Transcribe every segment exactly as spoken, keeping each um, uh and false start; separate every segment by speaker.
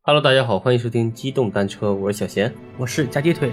Speaker 1: Hello， 大家好，欢迎收听机动单车，我是小贤，
Speaker 2: 我是夹鸡腿。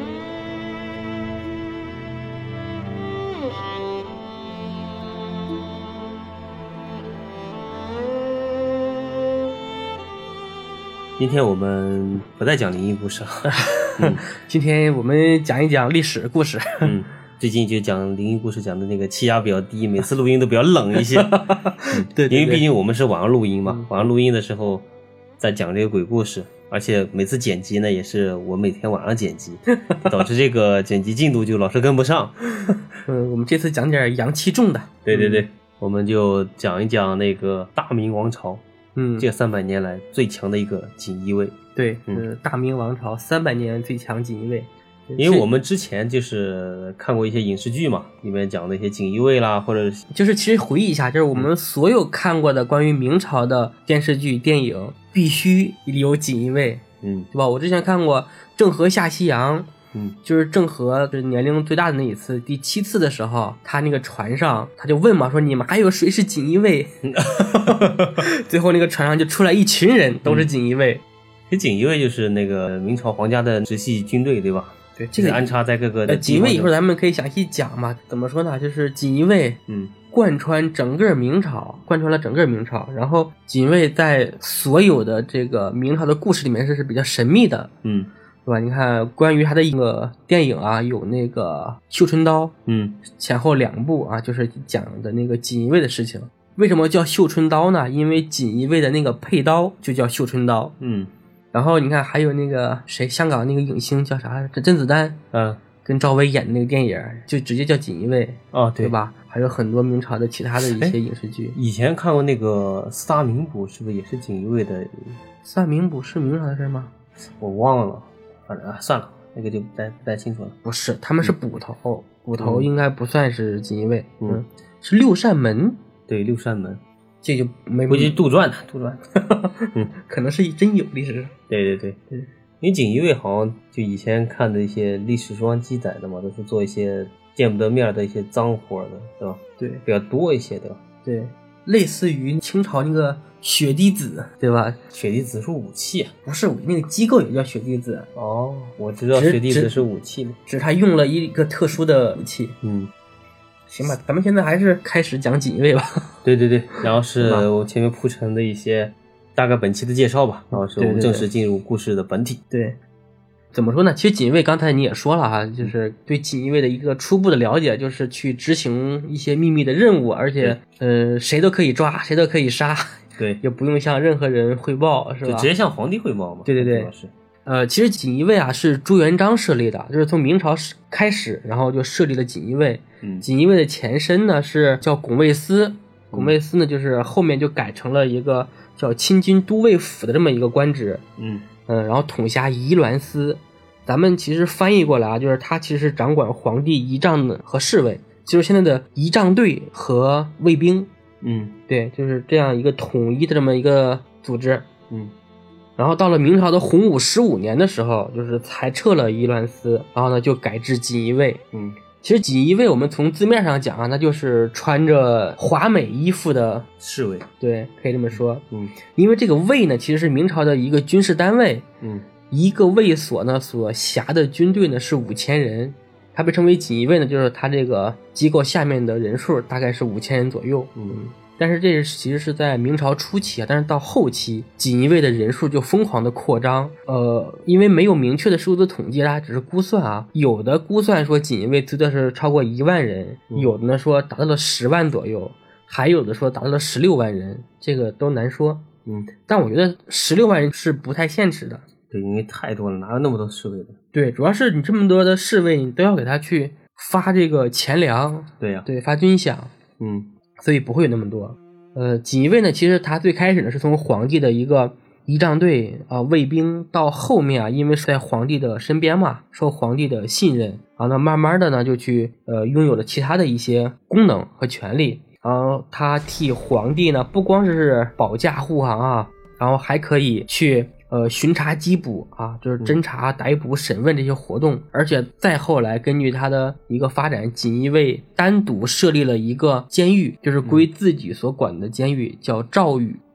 Speaker 1: 今天我们不再讲灵异故事了，
Speaker 2: 嗯、今天我们讲一讲历史故事。
Speaker 1: 嗯，最近就讲灵异故事，讲的那个气压比较低，每次录音都比较冷一些。嗯、
Speaker 2: 对, 对, 对，
Speaker 1: 因为毕竟我们是晚上录音嘛，嗯、晚上录音的时候在讲这个鬼故事，而且每次剪辑呢也是我每天晚上剪辑，导致这个剪辑进度就老是跟不上。
Speaker 2: 嗯，我们这次讲点阳气重的。
Speaker 1: 对对对，嗯、我们就讲一讲那个大明王朝。嗯，这三百年来最强的一个锦衣卫。
Speaker 2: 对，嗯，大明王朝三百年最强锦衣卫。
Speaker 1: 因为我们之前就是看过一些影视剧嘛，里面讲的一些锦衣卫啦，或者
Speaker 2: 就是其实回忆一下，就是我们所有看过的关于明朝的电视剧、电影，必须有锦衣卫，
Speaker 1: 嗯，
Speaker 2: 对吧？我之前看过《郑和下西洋》。
Speaker 1: 嗯，
Speaker 2: 就是郑和就是年龄最大的那一次，第七次的时候，他那个船上他就问嘛，说你们还有谁是锦衣卫？最后那个船上就出来一群人，都是锦衣卫。
Speaker 1: 这锦衣卫就是那个明朝皇家的直系军队，对吧？
Speaker 2: 对，这个
Speaker 1: 安插在各个的
Speaker 2: 锦衣卫一会儿咱们可以详细讲嘛。怎么说呢？就是锦衣卫，
Speaker 1: 嗯，
Speaker 2: 贯穿整个明朝，贯穿了整个明朝。然后锦衣卫在所有的这个明朝的故事里面是是比较神秘的，
Speaker 1: 嗯。
Speaker 2: 对吧？你看，关于他的一个电影啊，有那个《绣春刀》，
Speaker 1: 嗯，
Speaker 2: 前后两部啊，就是讲的那个锦衣卫的事情。为什么叫绣春刀呢？因为锦衣卫的那个配刀就叫绣春刀。
Speaker 1: 嗯，
Speaker 2: 然后你看，还有那个谁，香港那个影星叫啥？这甄子丹，
Speaker 1: 嗯，
Speaker 2: 跟赵薇演的那个电影就直接叫锦衣卫。
Speaker 1: 哦，对，
Speaker 2: 对吧？还有很多明朝的其他的一些影视剧。
Speaker 1: 以前看过那个四大名捕，是不是也是锦衣卫的？
Speaker 2: 四大名捕是明朝的事吗？
Speaker 1: 我忘了。反正啊，算了，那个就不太不太清楚了。
Speaker 2: 不是，他们是捕头，嗯、捕头应该不算是锦衣卫，
Speaker 1: 嗯，
Speaker 2: 嗯是六扇门。
Speaker 1: 对，六扇门，
Speaker 2: 这就没
Speaker 1: 估计杜撰的，杜撰。
Speaker 2: 嗯，可能是真有历史上。
Speaker 1: 对对对对，因为锦衣卫好像就以前看的一些历史书上记载的嘛，都是做一些见不得面的一些脏活的，对吧？
Speaker 2: 对，
Speaker 1: 比较多一些的。
Speaker 2: 对，类似于清朝那个血滴子，对吧？
Speaker 1: 血滴子是武器啊？
Speaker 2: 不是，那个机构也叫血滴子。
Speaker 1: 哦，我知道血滴子是武器，
Speaker 2: 只是他用了一个特殊的武器。
Speaker 1: 嗯，
Speaker 2: 行吧，咱们现在还是开始讲锦衣卫吧。
Speaker 1: 对对对，然后是我前面铺陈的一些大概本期的介绍吧，然后是我们正式进入故事的本体。
Speaker 2: 对， 对， 对，怎么说呢？其实锦衣卫刚才你也说了哈，就是对锦衣卫的一个初步的了解，就是去执行一些秘密的任务，而且呃谁都可以抓，谁都可以杀。
Speaker 1: 对，
Speaker 2: 也不用向任何人汇报，是吧？
Speaker 1: 就直接向皇帝汇报嘛。
Speaker 2: 对对对，呃，其实锦衣卫啊是朱元璋设立的，就是从明朝开始，然后就设立了锦衣卫。
Speaker 1: 嗯，
Speaker 2: 锦衣卫的前身呢是叫拱卫司，拱卫司呢就是后面就改成了一个叫亲军都尉府的这么一个官职。
Speaker 1: 嗯
Speaker 2: 嗯、呃，然后统辖仪銮司。咱们其实翻译过来啊，就是他其实是掌管皇帝仪仗和侍卫，就是现在的仪仗队和卫兵。
Speaker 1: 嗯，
Speaker 2: 对，就是这样一个统一的这么一个组织。
Speaker 1: 嗯，
Speaker 2: 然后到了明朝的洪武十五年的时候，就是裁撤了仪銮司，然后呢就改制锦衣卫。
Speaker 1: 嗯，
Speaker 2: 其实锦衣卫我们从字面上讲啊，那就是穿着华美衣服的
Speaker 1: 侍卫。
Speaker 2: 对，可以这么说。
Speaker 1: 嗯，
Speaker 2: 因为这个卫呢其实是明朝的一个军事单位。
Speaker 1: 嗯，
Speaker 2: 一个卫所呢所辖的军队呢是五千人。它被称为锦衣卫呢，就是它这个机构下面的人数大概是五千人左右。
Speaker 1: 嗯，
Speaker 2: 但是这是其实是在明朝初期啊，但是到后期锦衣卫的人数就疯狂的扩张。呃，因为没有明确的数字统计，大家只是估算啊，有的估算说锦衣卫最多是超过一万人，
Speaker 1: 嗯、
Speaker 2: 有的呢说达到了十万左右，还有的说达到了十六万人，这个都难说。
Speaker 1: 嗯，
Speaker 2: 但我觉得十六万人是不太现实的。
Speaker 1: 对，因为太多了，哪有那么多侍卫的？
Speaker 2: 对，主要是你这么多的侍卫，你都要给他去发这个钱粮，
Speaker 1: 对呀、啊，
Speaker 2: 对，发军饷，
Speaker 1: 嗯，
Speaker 2: 所以不会有那么多。呃，锦衣卫呢，其实他最开始呢是从皇帝的一个仪仗队啊、呃、卫兵，到后面啊，因为是在皇帝的身边嘛，受皇帝的信任，然后呢，慢慢的呢就去呃拥有了其他的一些功能和权利，然后他替皇帝呢不光是保驾护航啊，然后还可以去。呃，巡查缉捕啊，就是侦查、逮捕、审问这些活动，而且再后来根据他的一个发展，锦衣卫单独设立了一个监狱，就是归自己所管的监狱，叫诏狱。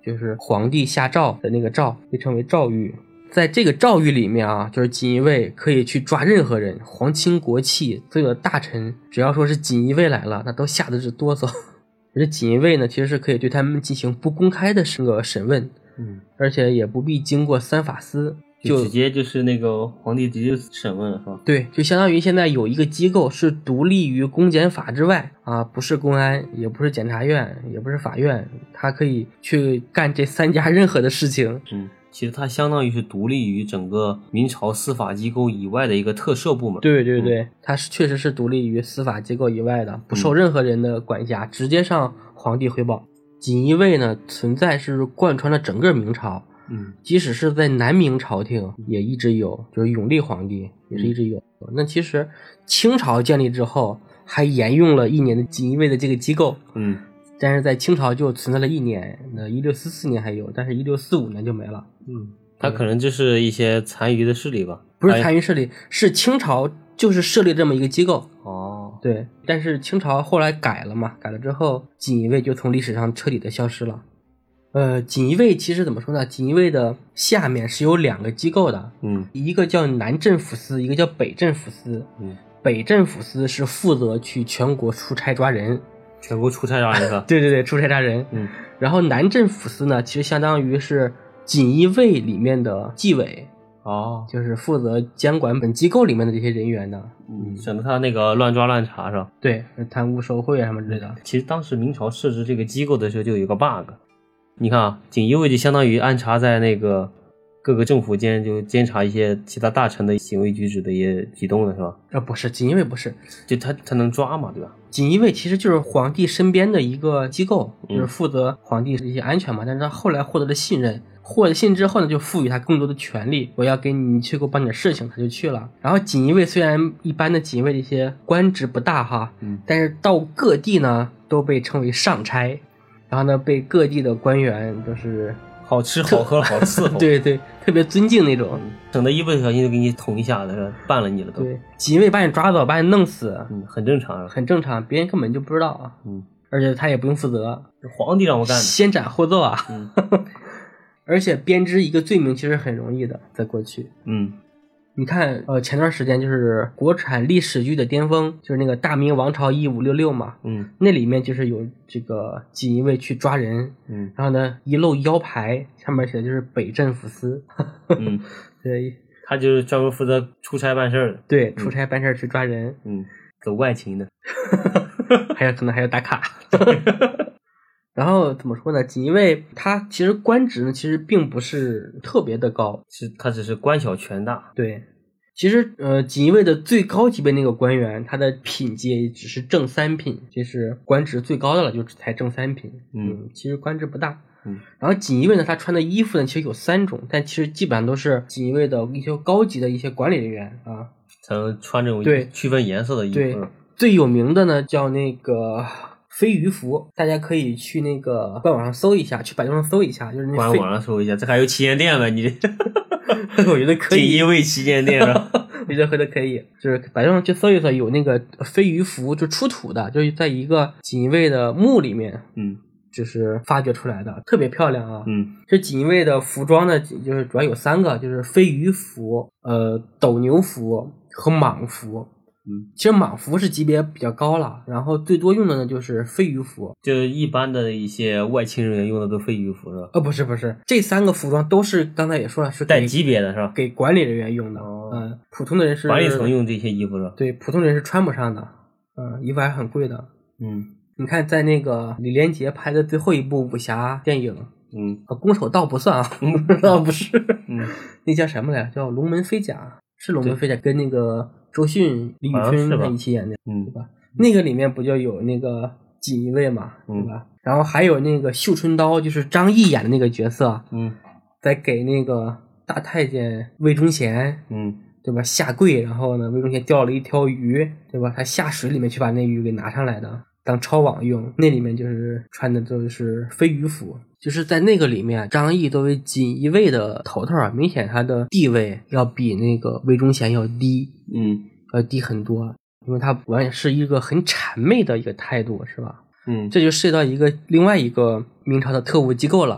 Speaker 2: 就是皇帝下诏的那个诏，被称为诏狱。在这个诏狱里面啊，就是锦衣卫可以去抓任何人，皇亲国戚所有的大臣，只要说是锦衣卫来了，那都吓得是哆嗦。而且锦衣卫呢，其实是可以对他们进行不公开的这个审问，
Speaker 1: 嗯，
Speaker 2: 而且也不必经过三法司，就
Speaker 1: 直接就是那个皇帝直接审问了，是吧？
Speaker 2: 对，就相当于现在有一个机构是独立于公检法之外啊，不是公安，也不是检察院，也不是法院，它可以去干这三家任何的事情。
Speaker 1: 嗯，其实它相当于是独立于整个明朝司法机构以外的一个特设部门。
Speaker 2: 对对对，嗯、它是确实是独立于司法机构以外的，不受任何人的管辖，嗯、直接向皇帝汇报。锦衣卫呢，存在是贯穿了整个明朝。
Speaker 1: 嗯，
Speaker 2: 即使是在南明朝廷也一直有，就是永历皇帝也是一直有。嗯、那其实清朝建立之后还沿用了一年的锦衣卫的这个机构，
Speaker 1: 嗯，
Speaker 2: 但是在清朝就存在了一年，那一六四四年还有，但是一六四五年就没了。
Speaker 1: 嗯，他可能就是一些残余的势力吧？
Speaker 2: 不是残余势力，是清朝就是设立这么一个机构。
Speaker 1: 哦，
Speaker 2: 对，但是清朝后来改了嘛，改了之后锦衣卫就从历史上彻底的消失了。呃，锦衣卫其实怎么说呢？锦衣卫的下面是有两个机构的，
Speaker 1: 嗯，
Speaker 2: 一个叫南镇抚司，一个叫北镇抚司。
Speaker 1: 嗯，
Speaker 2: 北镇抚司是负责去全国出差抓人，
Speaker 1: 全国出差抓人是吧？
Speaker 2: 对对对，出差抓人。
Speaker 1: 嗯，
Speaker 2: 然后南镇抚司呢，其实相当于是锦衣卫里面的纪委，
Speaker 1: 哦，
Speaker 2: 就是负责监管本机构里面的这些人员的。
Speaker 1: 嗯，省得他那个乱抓乱查是吧？
Speaker 2: 对，贪污受贿啊什么之类的。
Speaker 1: 其实当时明朝设置这个机构的时候就有一个 bug。你看啊，锦衣卫就相当于安插在那个各个政府间，就监察一些其他大臣的行为举止的一些举动的是吧？
Speaker 2: 啊，不是，锦衣卫不是，
Speaker 1: 就他他能抓嘛，对吧？
Speaker 2: 锦衣卫其实就是皇帝身边的一个机构，
Speaker 1: 嗯、
Speaker 2: 就是负责皇帝的一些安全嘛。但是他后来获得了信任，获得信任之后呢，就赋予他更多的权利，我要给你去给我办点事情，他就去了。然后锦衣卫虽然一般的锦衣卫的一些官职不大哈，
Speaker 1: 嗯，
Speaker 2: 但是到各地呢都被称为上差。然后呢，被各地的官员都是
Speaker 1: 好吃好喝好伺候，
Speaker 2: 对对，特别尊敬那种，
Speaker 1: 省得一不小心就给你捅一下子，办了你了都。
Speaker 2: 对，锦衣卫把你抓走，把你弄死，
Speaker 1: 嗯，很正常，
Speaker 2: 很正常，别人根本就不知道啊，
Speaker 1: 嗯，
Speaker 2: 而且他也不用负责，
Speaker 1: 皇帝让我干的，
Speaker 2: 先斩后奏啊，
Speaker 1: 嗯，
Speaker 2: 而且编织一个罪名其实很容易的，在过去，
Speaker 1: 嗯。
Speaker 2: 你看，呃，前段时间就是国产历史剧的巅峰，就是那个《大明王朝一五六六》嘛，
Speaker 1: 嗯，
Speaker 2: 那里面就是有这个锦衣卫去抓人，
Speaker 1: 嗯，
Speaker 2: 然后呢，一露腰牌，上面写的就是北镇抚司，
Speaker 1: 嗯，
Speaker 2: 对，
Speaker 1: 他就是专门负责出差办事的，
Speaker 2: 对，出差办事去抓人，
Speaker 1: 嗯，走外勤的，
Speaker 2: 还有可能还要打卡。然后怎么说呢？锦衣卫他其实官职呢，其实并不是特别的高，
Speaker 1: 是他只是官小权大。
Speaker 2: 对，其实呃，锦衣卫的最高级别那个官员，他的品阶只是正三品，就是官职最高的了，就才正三品。
Speaker 1: 嗯，
Speaker 2: 嗯其实官职不大。
Speaker 1: 嗯，
Speaker 2: 然后锦衣卫呢，他穿的衣服呢，其实有三种，但其实基本上都是锦衣卫的一些高级的一些管理人员啊，
Speaker 1: 才能穿这种
Speaker 2: 对
Speaker 1: 区分颜色的衣服。
Speaker 2: 对，最有名的呢叫那个飞鱼服，大家可以去那个官网上搜一下，去百度上搜一下，就是那
Speaker 1: 官网上搜一下，这还有旗舰店吗？你
Speaker 2: 这我觉得可以，
Speaker 1: 锦衣卫旗舰店是吧？
Speaker 2: 我觉得回头可以，就是百度上去搜一搜，有那个飞鱼服，就出土的，就是在一个锦衣卫的墓里面，
Speaker 1: 嗯，
Speaker 2: 就是发掘出来的，特别漂亮啊。
Speaker 1: 嗯，
Speaker 2: 这锦衣卫的服装呢，就是主要有三个，就是飞鱼服、呃斗牛服和蟒服。
Speaker 1: 嗯，
Speaker 2: 其实蟒服是级别比较高了，然后最多用的呢就是飞鱼服，
Speaker 1: 就一般的一些外勤人员用的都飞鱼服是吧？
Speaker 2: 呃，不是不是，这三个服装都是刚才也说了是
Speaker 1: 带级别的是吧？
Speaker 2: 给管理人员用的，
Speaker 1: 哦、
Speaker 2: 嗯，普通的人是
Speaker 1: 管理层用这些衣服是吧？
Speaker 2: 对，普通人是穿不上的，嗯，衣服还很贵的，
Speaker 1: 嗯，
Speaker 2: 你看在那个李连杰拍的最后一部武侠电影，
Speaker 1: 嗯，
Speaker 2: 啊，攻守道不算啊，啊不是，
Speaker 1: 嗯，
Speaker 2: 那叫什么来着？叫龙门飞甲，是龙门飞甲，跟那个周迅、李宇春他一起演的，
Speaker 1: 嗯，
Speaker 2: 对吧？那个里面不就有那个锦衣卫嘛，对吧？
Speaker 1: 嗯、
Speaker 2: 然后还有那个绣春刀，就是张译演的那个角色，
Speaker 1: 嗯，
Speaker 2: 在给那个大太监魏忠贤，
Speaker 1: 嗯，
Speaker 2: 对吧？下跪，然后呢，魏忠贤钓了一条鱼，对吧？他下水里面去把那鱼给拿上来的，当抄网用。那里面就是穿的都是飞鱼服。就是在那个里面，张译作为锦衣卫的头头啊，明显他的地位要比那个魏忠贤要低，
Speaker 1: 嗯，
Speaker 2: 要低很多，因为他完全是一个很谄媚的一个态度，是吧？
Speaker 1: 嗯，
Speaker 2: 这就涉及到一个另外一个明朝的特务机构了，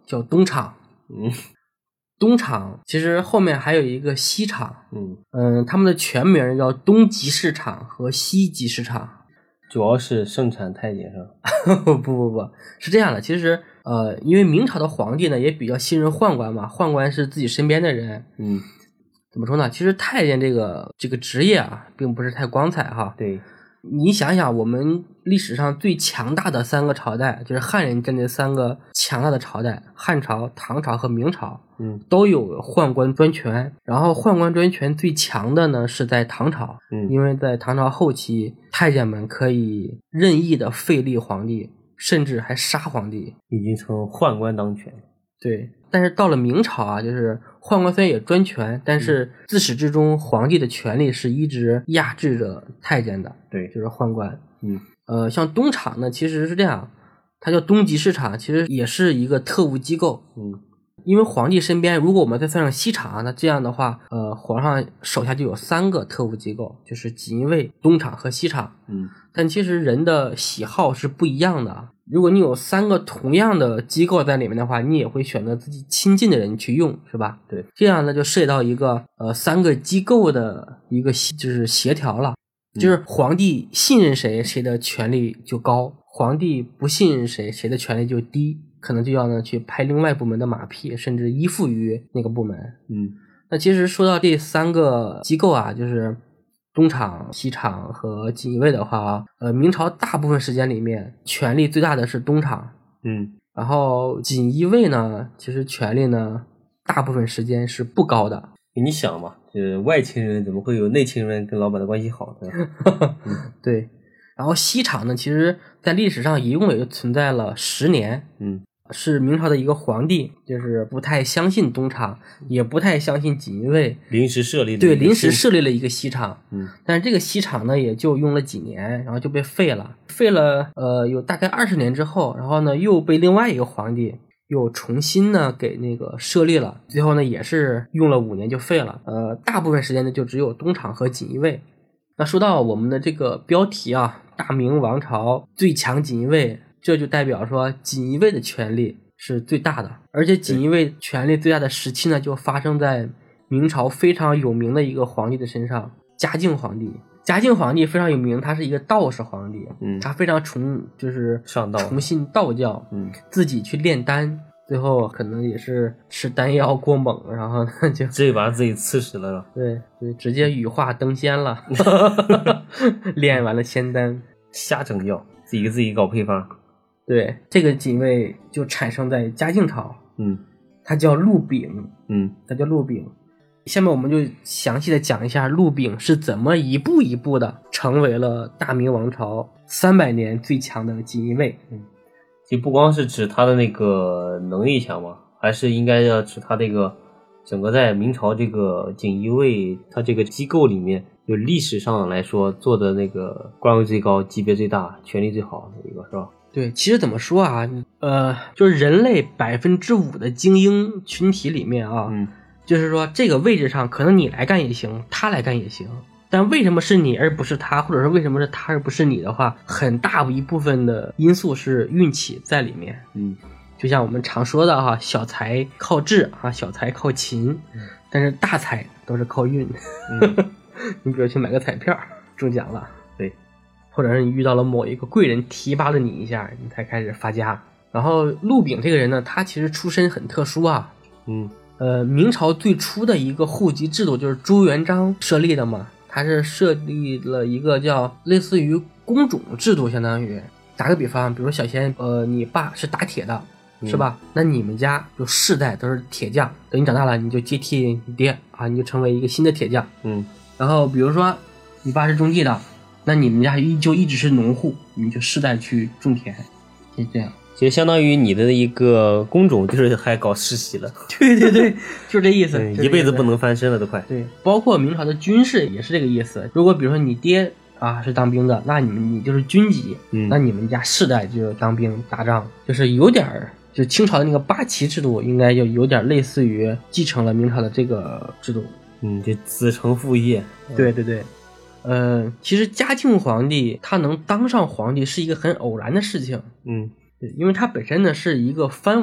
Speaker 2: 叫东厂。
Speaker 1: 嗯，
Speaker 2: 东厂其实后面还有一个西厂，
Speaker 1: 嗯
Speaker 2: 嗯，他们的全名叫东集市场和西集市场。
Speaker 1: 主要是盛产太监是吧？
Speaker 2: 不不不，是这样的，其实呃，因为明朝的皇帝呢也比较信任宦官嘛，宦官是自己身边的人，
Speaker 1: 嗯，
Speaker 2: 怎么说呢？其实太监这个这个职业啊，并不是太光彩哈。
Speaker 1: 对，
Speaker 2: 你想想，我们历史上最强大的三个朝代，就是汉人占这三个强大的朝代，汉朝、唐朝和明朝，
Speaker 1: 嗯，
Speaker 2: 都有宦官专权。然后宦官专权最强的呢是在唐朝，
Speaker 1: 嗯，
Speaker 2: 因为在唐朝后期，太监们可以任意的废立皇帝，甚至还杀皇帝，
Speaker 1: 已经成宦官当权。
Speaker 2: 对，但是到了明朝啊，就是宦官虽然也专权，但是自始至终皇帝的权力是一直压制着太监的。
Speaker 1: 对，
Speaker 2: 就是宦官。
Speaker 1: 嗯，
Speaker 2: 呃，像东厂呢，其实是这样，它叫东集市场，其实也是一个特务机构。
Speaker 1: 嗯，
Speaker 2: 因为皇帝身边，如果我们再算上西厂，那这样的话，呃，皇上手下就有三个特务机构，就是锦衣卫、东厂和西厂。
Speaker 1: 嗯，
Speaker 2: 但其实人的喜好是不一样的。如果你有三个同样的机构在里面的话，你也会选择自己亲近的人去用，是吧？
Speaker 1: 对，
Speaker 2: 这样呢就涉及到一个呃三个机构的一个就是协调了，就是皇帝信任谁，谁的权力就高；皇帝不信任谁，谁的权力就低，可能就要呢去拍另外部门的马屁，甚至依附于那个部门。
Speaker 1: 嗯，
Speaker 2: 那其实说到这三个机构啊，就是东厂、西厂和锦衣卫的话，呃，明朝大部分时间里面，权力最大的是东厂，
Speaker 1: 嗯，
Speaker 2: 然后锦衣卫呢，其实权力呢，大部分时间是不高的。
Speaker 1: 你想嘛，就是外勤人怎么会有内勤人跟老板的关系好呢？
Speaker 2: 嗯、对。然后西厂呢，其实在历史上一共也就存在了十年。
Speaker 1: 嗯。
Speaker 2: 是明朝的一个皇帝，就是不太相信东厂，也不太相信锦衣卫，
Speaker 1: 临时设立了
Speaker 2: 对，临时设立了一个西厂。
Speaker 1: 嗯，
Speaker 2: 但是这个西厂呢，也就用了几年，然后就被废了。废了，呃，有大概二十年之后，然后呢，又被另外一个皇帝又重新呢给那个设立了。最后呢，也是用了五年就废了。呃，大部分时间呢，就只有东厂和锦衣卫。那说到我们的这个标题啊，大明王朝最强锦衣卫。这就代表说锦衣卫的权力是最大的，而且锦衣卫权力最大的时期呢，就发生在明朝非常有名的一个皇帝的身上，嘉靖皇帝。嘉靖皇帝非常有名，他是一个道士皇帝，
Speaker 1: 嗯，
Speaker 2: 他非常崇就是
Speaker 1: 上道
Speaker 2: 崇信道教，
Speaker 1: 嗯，
Speaker 2: 自己去炼丹，最后可能也是吃丹药过猛，然后就
Speaker 1: 自己把自己刺死了，
Speaker 2: 对对，直接羽化登仙了，炼完了仙丹，
Speaker 1: 瞎整药，自己给自己搞配方。
Speaker 2: 对，这个锦衣卫就产生在嘉靖朝，
Speaker 1: 嗯，
Speaker 2: 它叫陆炳，
Speaker 1: 嗯，
Speaker 2: 它叫陆炳。下面我们就详细的讲一下陆炳是怎么一步一步的成为了大明王朝三百年最强的锦衣卫。
Speaker 1: 嗯，其实不光是指他的那个能力强嘛，还是应该要指他这个整个在明朝这个锦衣卫他这个机构里面，就历史上来说做的那个官位最高、级别最大、权力最好的一个，是吧？
Speaker 2: 对，其实怎么说啊，呃，就是人类百分之五的精英群体里面啊，
Speaker 1: 嗯，
Speaker 2: 就是说这个位置上可能你来干也行，他来干也行，但为什么是你而不是他，或者说为什么是他而不是你的话，很大一部分的因素是运气在里面。
Speaker 1: 嗯，
Speaker 2: 就像我们常说的哈，小财靠智啊，小财靠勤，
Speaker 1: 嗯，
Speaker 2: 但是大财都是靠运。
Speaker 1: 嗯，
Speaker 2: 你比如去买个彩票中奖了，
Speaker 1: 对。
Speaker 2: 或者是你遇到了某一个贵人提拔了你一下，你才开始发家。然后陆炳这个人呢，他其实出身很特殊啊。
Speaker 1: 嗯，
Speaker 2: 呃，明朝最初的一个户籍制度就是朱元璋设立的嘛，他是设立了一个叫类似于工种制度，相当于打个比方，比如小贤，呃，你爸是打铁的，是吧？嗯、那你们家就世代都是铁匠，等你长大了，你就接替你爹啊，你就成为一个新的铁匠。
Speaker 1: 嗯，
Speaker 2: 然后比如说你爸是种地的。那你们家依旧一直是农户，你们就世代去种田，就这样。
Speaker 1: 其实相当于你的一个工种就是还搞世袭了。
Speaker 2: 对对对，就这意思，
Speaker 1: 一辈子不能翻身了都快。
Speaker 2: 对，包括明朝的军事也是这个意思。如果比如说你爹啊是当兵的，那你们你就是军籍，
Speaker 1: 嗯，
Speaker 2: 那你们家世代就当兵打仗，就是有点儿，就清朝的那个八旗制度，应该就有点类似于继承了明朝的这个制度。
Speaker 1: 嗯，就子承父业。
Speaker 2: 对对对。呃，其实嘉靖皇帝他能当上皇帝是一个很偶然的事情。
Speaker 1: 嗯，
Speaker 2: 对，因为他本身呢是一个藩王，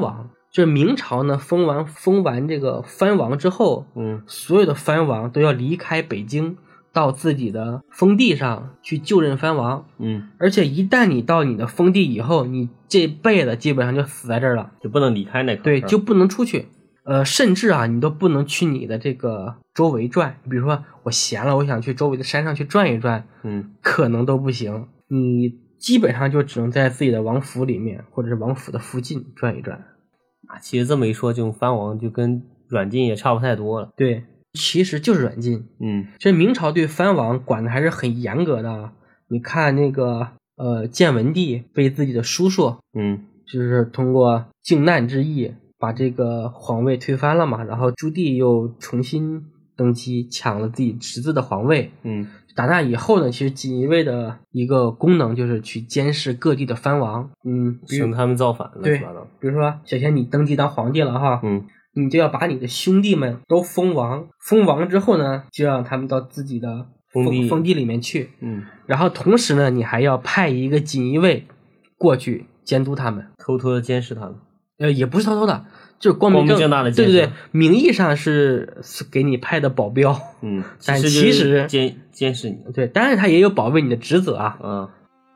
Speaker 2: 就是明朝呢封完封完这个藩王之后，
Speaker 1: 嗯，
Speaker 2: 所有的藩王都要离开北京，到自己的封地上去就任藩王。
Speaker 1: 嗯，
Speaker 2: 而且一旦你到你的封地以后，你这辈子基本上就死在这儿了，
Speaker 1: 就不能离开那个，
Speaker 2: 对，就不能出去。呃，甚至啊，你都不能去你的这个周围转。比如说，我闲了，我想去周围的山上去转一转，
Speaker 1: 嗯，
Speaker 2: 可能都不行。你基本上就只能在自己的王府里面，或者是王府的附近转一转。
Speaker 1: 啊，其实这么一说，这种藩王就跟软禁也差不太多了。
Speaker 2: 对，其实就是软禁。
Speaker 1: 嗯，
Speaker 2: 这明朝对藩王管的还是很严格的啊。你看那个呃，建文帝被自己的叔叔，
Speaker 1: 嗯，
Speaker 2: 就是通过靖难之役把这个皇位推翻了嘛，然后朱棣又重新登基，抢了自己侄子的皇位。
Speaker 1: 嗯，
Speaker 2: 打那以后呢，其实锦衣卫的一个功能就是去监视各地的藩王，嗯，
Speaker 1: 省他们造反了，
Speaker 2: 对，
Speaker 1: 是吧？
Speaker 2: 比如说小贤你登基当皇帝了哈，
Speaker 1: 嗯，
Speaker 2: 你就要把你的兄弟们都封王，封王之后呢，就让他们到自己的封
Speaker 1: 封地
Speaker 2: 封地里面去，
Speaker 1: 嗯，
Speaker 2: 然后同时呢，你还要派一个锦衣卫过去监督他们，
Speaker 1: 偷偷的监视他们。
Speaker 2: 呃，也不是偷偷的，就是光明
Speaker 1: 光明正大的监视，
Speaker 2: 对对对，名义上是是给你派的保镖，
Speaker 1: 嗯，
Speaker 2: 但
Speaker 1: 其
Speaker 2: 其实
Speaker 1: 监监视你，
Speaker 2: 对，当然他也有保卫你的职责啊。
Speaker 1: 嗯，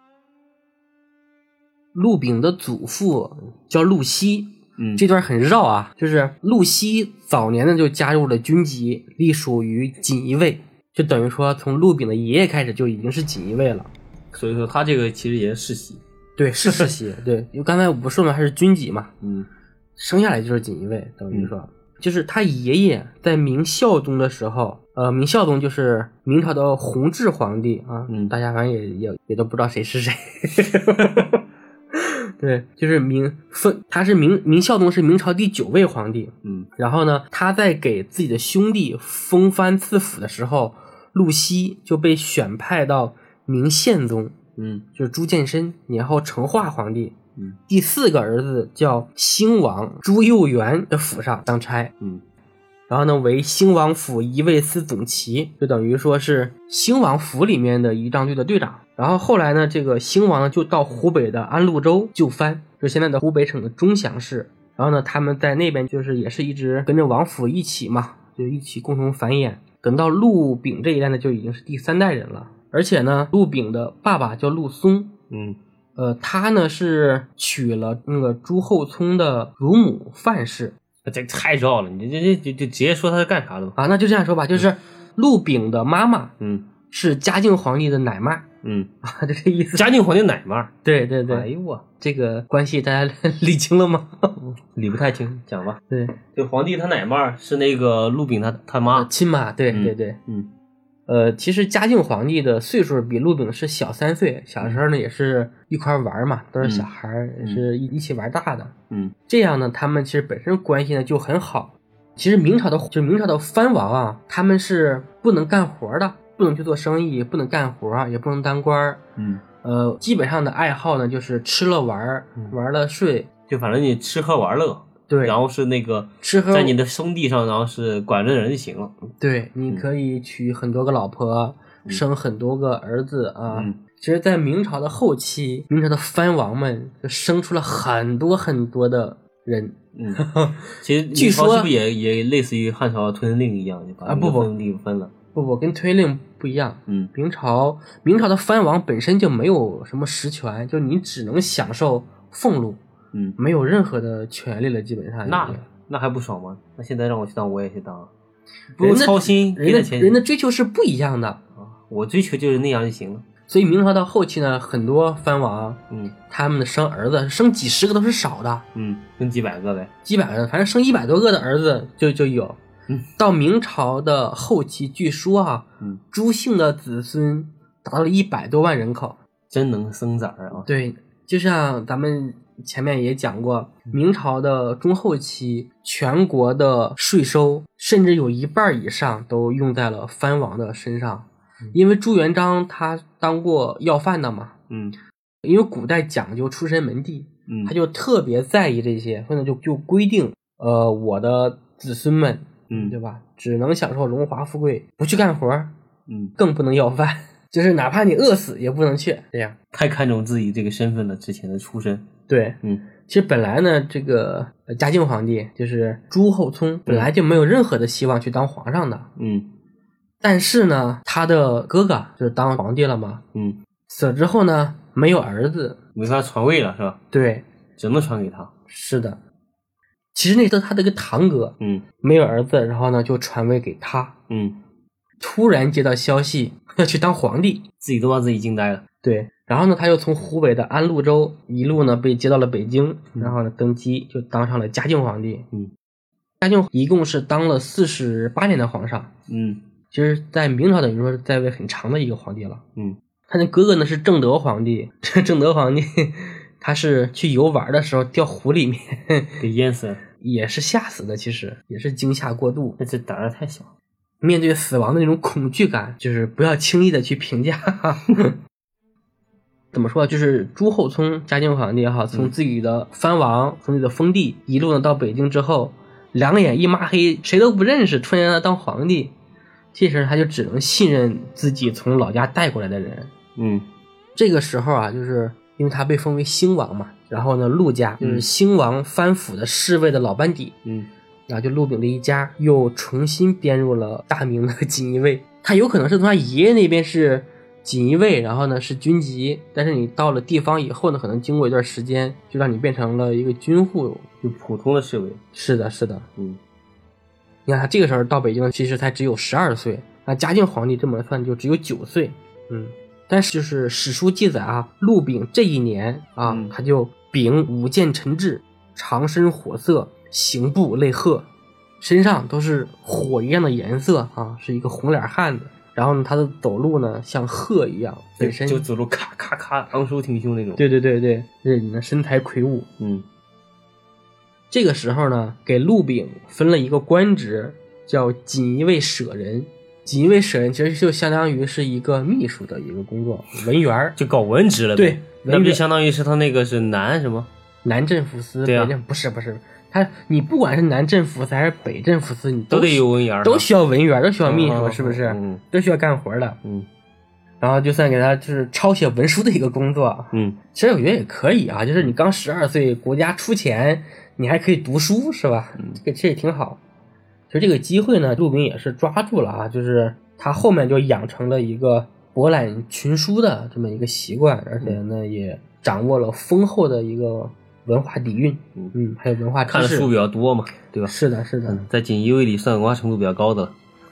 Speaker 2: 陆炳的祖父叫陆锡，
Speaker 1: 嗯，
Speaker 2: 这段很绕啊，就是陆锡早年呢就加入了军籍，隶属于锦衣卫，就等于说从陆炳的爷爷开始就已经是锦衣卫了。
Speaker 1: 所以说他这个其实也是世袭。
Speaker 2: 对，是世袭，对，因为刚才我不说了还是军籍嘛，
Speaker 1: 嗯，
Speaker 2: 生下来就是锦衣卫，等于说、嗯、就是他爷爷在明孝宗的时候，呃，明孝宗就是明朝的弘治皇帝啊，
Speaker 1: 嗯，
Speaker 2: 大家反正也也也都不知道谁是谁。对，就是明分，他是明明孝宗是明朝第九位皇帝，
Speaker 1: 嗯，
Speaker 2: 然后呢，他在给自己的兄弟封藩赐府的时候，陆锡就被选派到明宪宗。
Speaker 1: 嗯，
Speaker 2: 就是朱见深年后成化皇帝，
Speaker 1: 嗯，
Speaker 2: 第四个儿子叫兴王朱佑元的府上当差，
Speaker 1: 嗯，
Speaker 2: 然后呢为兴王府仪卫司总旗，就等于说是兴王府里面的仪仗队的队长。然后后来呢，这个兴王呢就到湖北的安陆州就藩，就是现在的湖北省的钟祥市。然后呢，他们在那边就是也是一直跟着王府一起嘛，就一起共同繁衍。等到陆炳这一代呢，就已经是第三代人了。而且呢，陆炳的爸爸叫陆松，
Speaker 1: 嗯，
Speaker 2: 呃，他呢是娶了那个朱厚熜的乳母范氏。
Speaker 1: 这太绕了，你这这就就直接说他是干啥的吧？
Speaker 2: 啊，那就这样说吧，就是陆炳的妈妈，
Speaker 1: 嗯，
Speaker 2: 是嘉靖皇帝的奶妈，
Speaker 1: 嗯，
Speaker 2: 啊，就这意思。
Speaker 1: 嘉靖皇帝奶妈，
Speaker 2: 对对对。
Speaker 1: 哎呦我，
Speaker 2: 这个关系大家理清了吗？
Speaker 1: 理不太清，讲吧。
Speaker 2: 对，
Speaker 1: 这皇帝他奶妈是那个陆炳他他妈，
Speaker 2: 亲妈，对对对，
Speaker 1: 嗯。
Speaker 2: 呃，其实嘉靖皇帝的岁数比陆炳是小三岁，小时候呢也是一块玩嘛，都是小孩儿，
Speaker 1: 嗯、
Speaker 2: 也是一一起玩大的。
Speaker 1: 嗯，
Speaker 2: 这样呢，他们其实本身关系呢就很好。其实明朝的，就是明朝的藩王啊，他们是不能干活的，不能去做生意，不能干活，也不能当官。
Speaker 1: 嗯，
Speaker 2: 呃，基本上的爱好呢就是吃了玩，玩了睡，
Speaker 1: 就反正你吃喝玩乐。
Speaker 2: 对，
Speaker 1: 然后是那个
Speaker 2: 吃喝
Speaker 1: 在你的兄弟上，然后是管着人就行了。
Speaker 2: 对，你可以娶很多个老婆，嗯、生很多个儿子啊。
Speaker 1: 嗯，
Speaker 2: 其实，在明朝的后期，明朝的藩王们就生出了很多很多的人。
Speaker 1: 嗯，其实
Speaker 2: 据说
Speaker 1: 是不是也也类似于汉朝推令一样，就把那个分地分了？
Speaker 2: 不不，跟推令不一样。
Speaker 1: 嗯，
Speaker 2: 明朝明朝的藩王本身就没有什么实权，就你只能享受俸禄。
Speaker 1: 嗯，
Speaker 2: 没有任何的权利了，基本上。
Speaker 1: 那那还不爽吗？那现在让我去当，我也去当，不用操心
Speaker 2: 人的人的追求是不一样的啊。
Speaker 1: 我追求就是那样就行了。
Speaker 2: 所以明朝到后期呢，很多藩王，
Speaker 1: 嗯，
Speaker 2: 他们的生儿子生几十个都是少的，
Speaker 1: 嗯，生几百个呗，
Speaker 2: 几百个，反正生一百多个的儿子就就有。
Speaker 1: 嗯，
Speaker 2: 到明朝的后期，据说啊，
Speaker 1: 嗯，
Speaker 2: 朱姓的子孙达到了一百多万人口，
Speaker 1: 真能生崽儿啊！
Speaker 2: 对，就像咱们前面也讲过，明朝的中后期，全国的税收甚至有一半以上都用在了藩王的身上，因为朱元璋他当过要饭的嘛，
Speaker 1: 嗯，
Speaker 2: 因为古代讲究出身门第，
Speaker 1: 嗯，
Speaker 2: 他就特别在意这些，所以呢就就规定，呃，我的子孙们，
Speaker 1: 嗯，
Speaker 2: 对吧，只能享受荣华富贵，不去干活，
Speaker 1: 嗯，
Speaker 2: 更不能要饭。就是哪怕你饿死也不能去，这样
Speaker 1: 太看重自己这个身份了，之前的出身。
Speaker 2: 对，
Speaker 1: 嗯，
Speaker 2: 其实本来呢，这个嘉靖皇帝就是朱厚熜，本来就没有任何的希望去当皇上的。
Speaker 1: 嗯，
Speaker 2: 但是呢，他的哥哥就是当皇帝了嘛。
Speaker 1: 嗯，
Speaker 2: 死了之后呢，没有儿子，
Speaker 1: 没法传位了是吧？
Speaker 2: 对，
Speaker 1: 只能传给他。
Speaker 2: 是的。其实那时候他的一个堂哥，
Speaker 1: 嗯，
Speaker 2: 没有儿子，然后呢就传位给他。
Speaker 1: 嗯，
Speaker 2: 突然接到消息要去当皇帝，
Speaker 1: 自己都把自己惊呆了。
Speaker 2: 对，然后呢，他又从湖北的安陆州一路呢被接到了北京，然后呢登基，就当上了嘉靖皇帝。
Speaker 1: 嗯，
Speaker 2: 嘉靖一共是当了四十八年的皇上。
Speaker 1: 嗯，
Speaker 2: 其实，在明朝等于说是在位很长的一个皇帝了。
Speaker 1: 嗯，
Speaker 2: 他那哥哥呢是正德皇帝，这正德皇帝他是去游玩的时候掉湖里面
Speaker 1: 给淹死了，
Speaker 2: 也是吓死的，其实也是惊吓过度，
Speaker 1: 那这胆儿太小。
Speaker 2: 面对死亡的那种恐惧感，就是不要轻易的去评价。怎么说，就是朱厚熜嘉靖皇帝哈，从自己的藩王、嗯、从自己的封地一路呢到北京之后，两眼一抹黑，谁都不认识，突然让他当皇帝，这时候他就只能信任自己从老家带过来的人。
Speaker 1: 嗯，
Speaker 2: 这个时候啊，就是因为他被封为兴王嘛，然后呢陆家就是兴王藩府的侍卫的老班底，
Speaker 1: 嗯，
Speaker 2: 然后就陆炳的一家又重新编入了大明的锦衣卫。他有可能是从他爷爷那边是锦衣卫，然后呢是军籍，但是你到了地方以后呢，可能经过一段时间就让你变成了一个军户，
Speaker 1: 就普通的侍卫。
Speaker 2: 是的是的。
Speaker 1: 嗯，
Speaker 2: 你看他这个时候到北京其实才只有十二岁，那嘉靖皇帝这么算就只有九岁。嗯，但是就是史书记载啊，陆炳这一年啊、嗯、他就秉五剑陈制，长身火色，行步类褐，身上都是火一样的颜色啊，是一个红脸汉子。然后呢，他的走路呢像鹤一样，本身
Speaker 1: 就走路咔咔咔，昂首挺胸那种。
Speaker 2: 对对对对，人呢身材魁梧。
Speaker 1: 嗯，
Speaker 2: 这个时候呢，给陆炳分了一个官职，叫锦衣卫舍人。锦衣卫舍人其实就相当于是一个秘书的一个工作，文员，
Speaker 1: 就搞文职了。
Speaker 2: 对，
Speaker 1: 那不就相当于是他那个是南什么？
Speaker 2: 南镇抚司。
Speaker 1: 对啊，
Speaker 2: 不是不是。他，你不管是南镇抚司还是北镇抚司，你
Speaker 1: 都得有文员，
Speaker 2: 都需要文员，都需要秘书，
Speaker 1: 嗯、
Speaker 2: 是不是？
Speaker 1: 嗯，
Speaker 2: 都需要干活的。
Speaker 1: 嗯，
Speaker 2: 然后就算给他就是抄写文书的一个工作。
Speaker 1: 嗯，
Speaker 2: 其实我觉得也可以啊，就是你刚十二岁，国家出钱，你还可以读书，是吧？
Speaker 1: 嗯，
Speaker 2: 这个其实也挺好。其实这个机会呢，陆炳也是抓住了啊，就是他后面就养成了一个博览群书的这么一个习惯，而且呢，也掌握了丰厚的一个文化底蕴，嗯，还有文化知识，
Speaker 1: 看的书比较多嘛，对吧？
Speaker 2: 是的，是的，
Speaker 1: 嗯、在锦衣卫里算文化程度比较高的。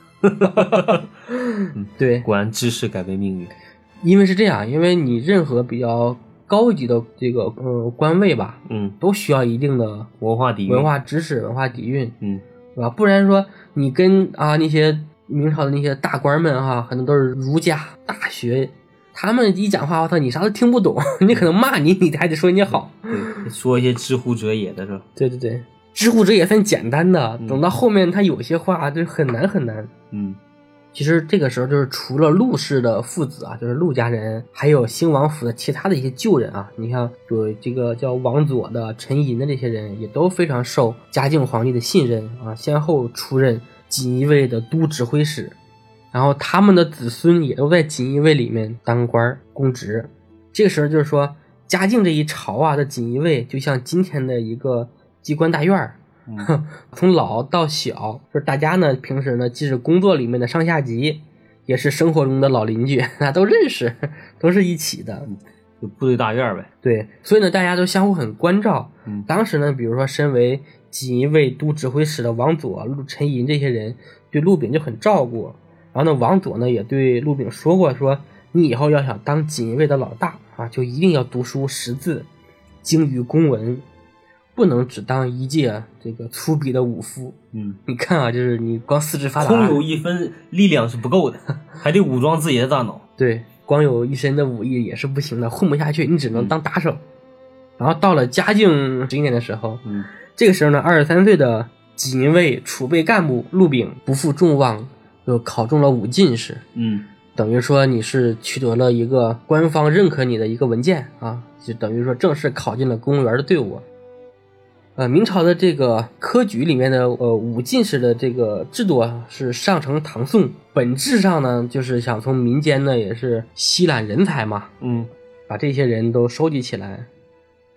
Speaker 2: 嗯，对，
Speaker 1: 果然知识改变命运。
Speaker 2: 因为是这样，因为你任何比较高级的这个呃官位吧，
Speaker 1: 嗯，
Speaker 2: 都需要一定的
Speaker 1: 文化底蕴、
Speaker 2: 文化知识、文化底蕴，
Speaker 1: 嗯，
Speaker 2: 对吧？不然说你跟啊那些明朝的那些大官们哈、啊，可能都是儒家大学。他们一讲话，我操，你啥都听不懂，你可能骂你，你还得说人家好，
Speaker 1: 对，说一些知乎者也的是吧？
Speaker 2: 对对对，知乎者也算简单的，嗯、等到后面他有些话就很难很难。
Speaker 1: 嗯，
Speaker 2: 其实这个时候就是除了陆氏的父子啊，就是陆家人，还有兴王府的其他的一些旧人啊，你像有这个叫王佐的、陈寅的这些人，也都非常受嘉靖皇帝的信任啊，先后出任锦衣卫的都指挥使。然后他们的子孙也都在锦衣卫里面当官公职。这个时候就是说，嘉靖这一朝啊的锦衣卫就像今天的一个机关大院，嗯、从老到小，就是大家呢平时呢既是工作里面的上下级，也是生活中的老邻居，那都认识，都是一起的，
Speaker 1: 就部队大院呗。
Speaker 2: 对，所以呢大家都相互很关照。
Speaker 1: 嗯，
Speaker 2: 当时呢，比如说身为锦衣卫都指挥使的王佐、陆陈寅这些人，对陆炳就很照顾。然后呢，王佐呢也对陆炳说过，说你以后要想当锦衣卫的老大啊，就一定要读书识字，精于公文，不能只当一介这个粗鄙的武夫。
Speaker 1: 嗯，
Speaker 2: 你看啊，就是你光四肢发达，
Speaker 1: 空有一分力量是不够的，还得武装自己的大脑。
Speaker 2: 对，光有一身的武艺也是不行的，混不下去，你只能当打手。嗯、然后到了嘉靖十一年的时候，
Speaker 1: 嗯，
Speaker 2: 这个时候呢，二十三岁的锦衣卫储备干部陆炳不负众望。就考中了武进士，
Speaker 1: 嗯，
Speaker 2: 等于说你是取得了一个官方认可你的一个文件啊，就等于说正式考进了公务员的队伍。呃，明朝的这个科举里面的呃武进士的这个制度啊，是上承唐宋，本质上呢就是想从民间呢也是吸揽人才嘛，
Speaker 1: 嗯，
Speaker 2: 把这些人都收集起来，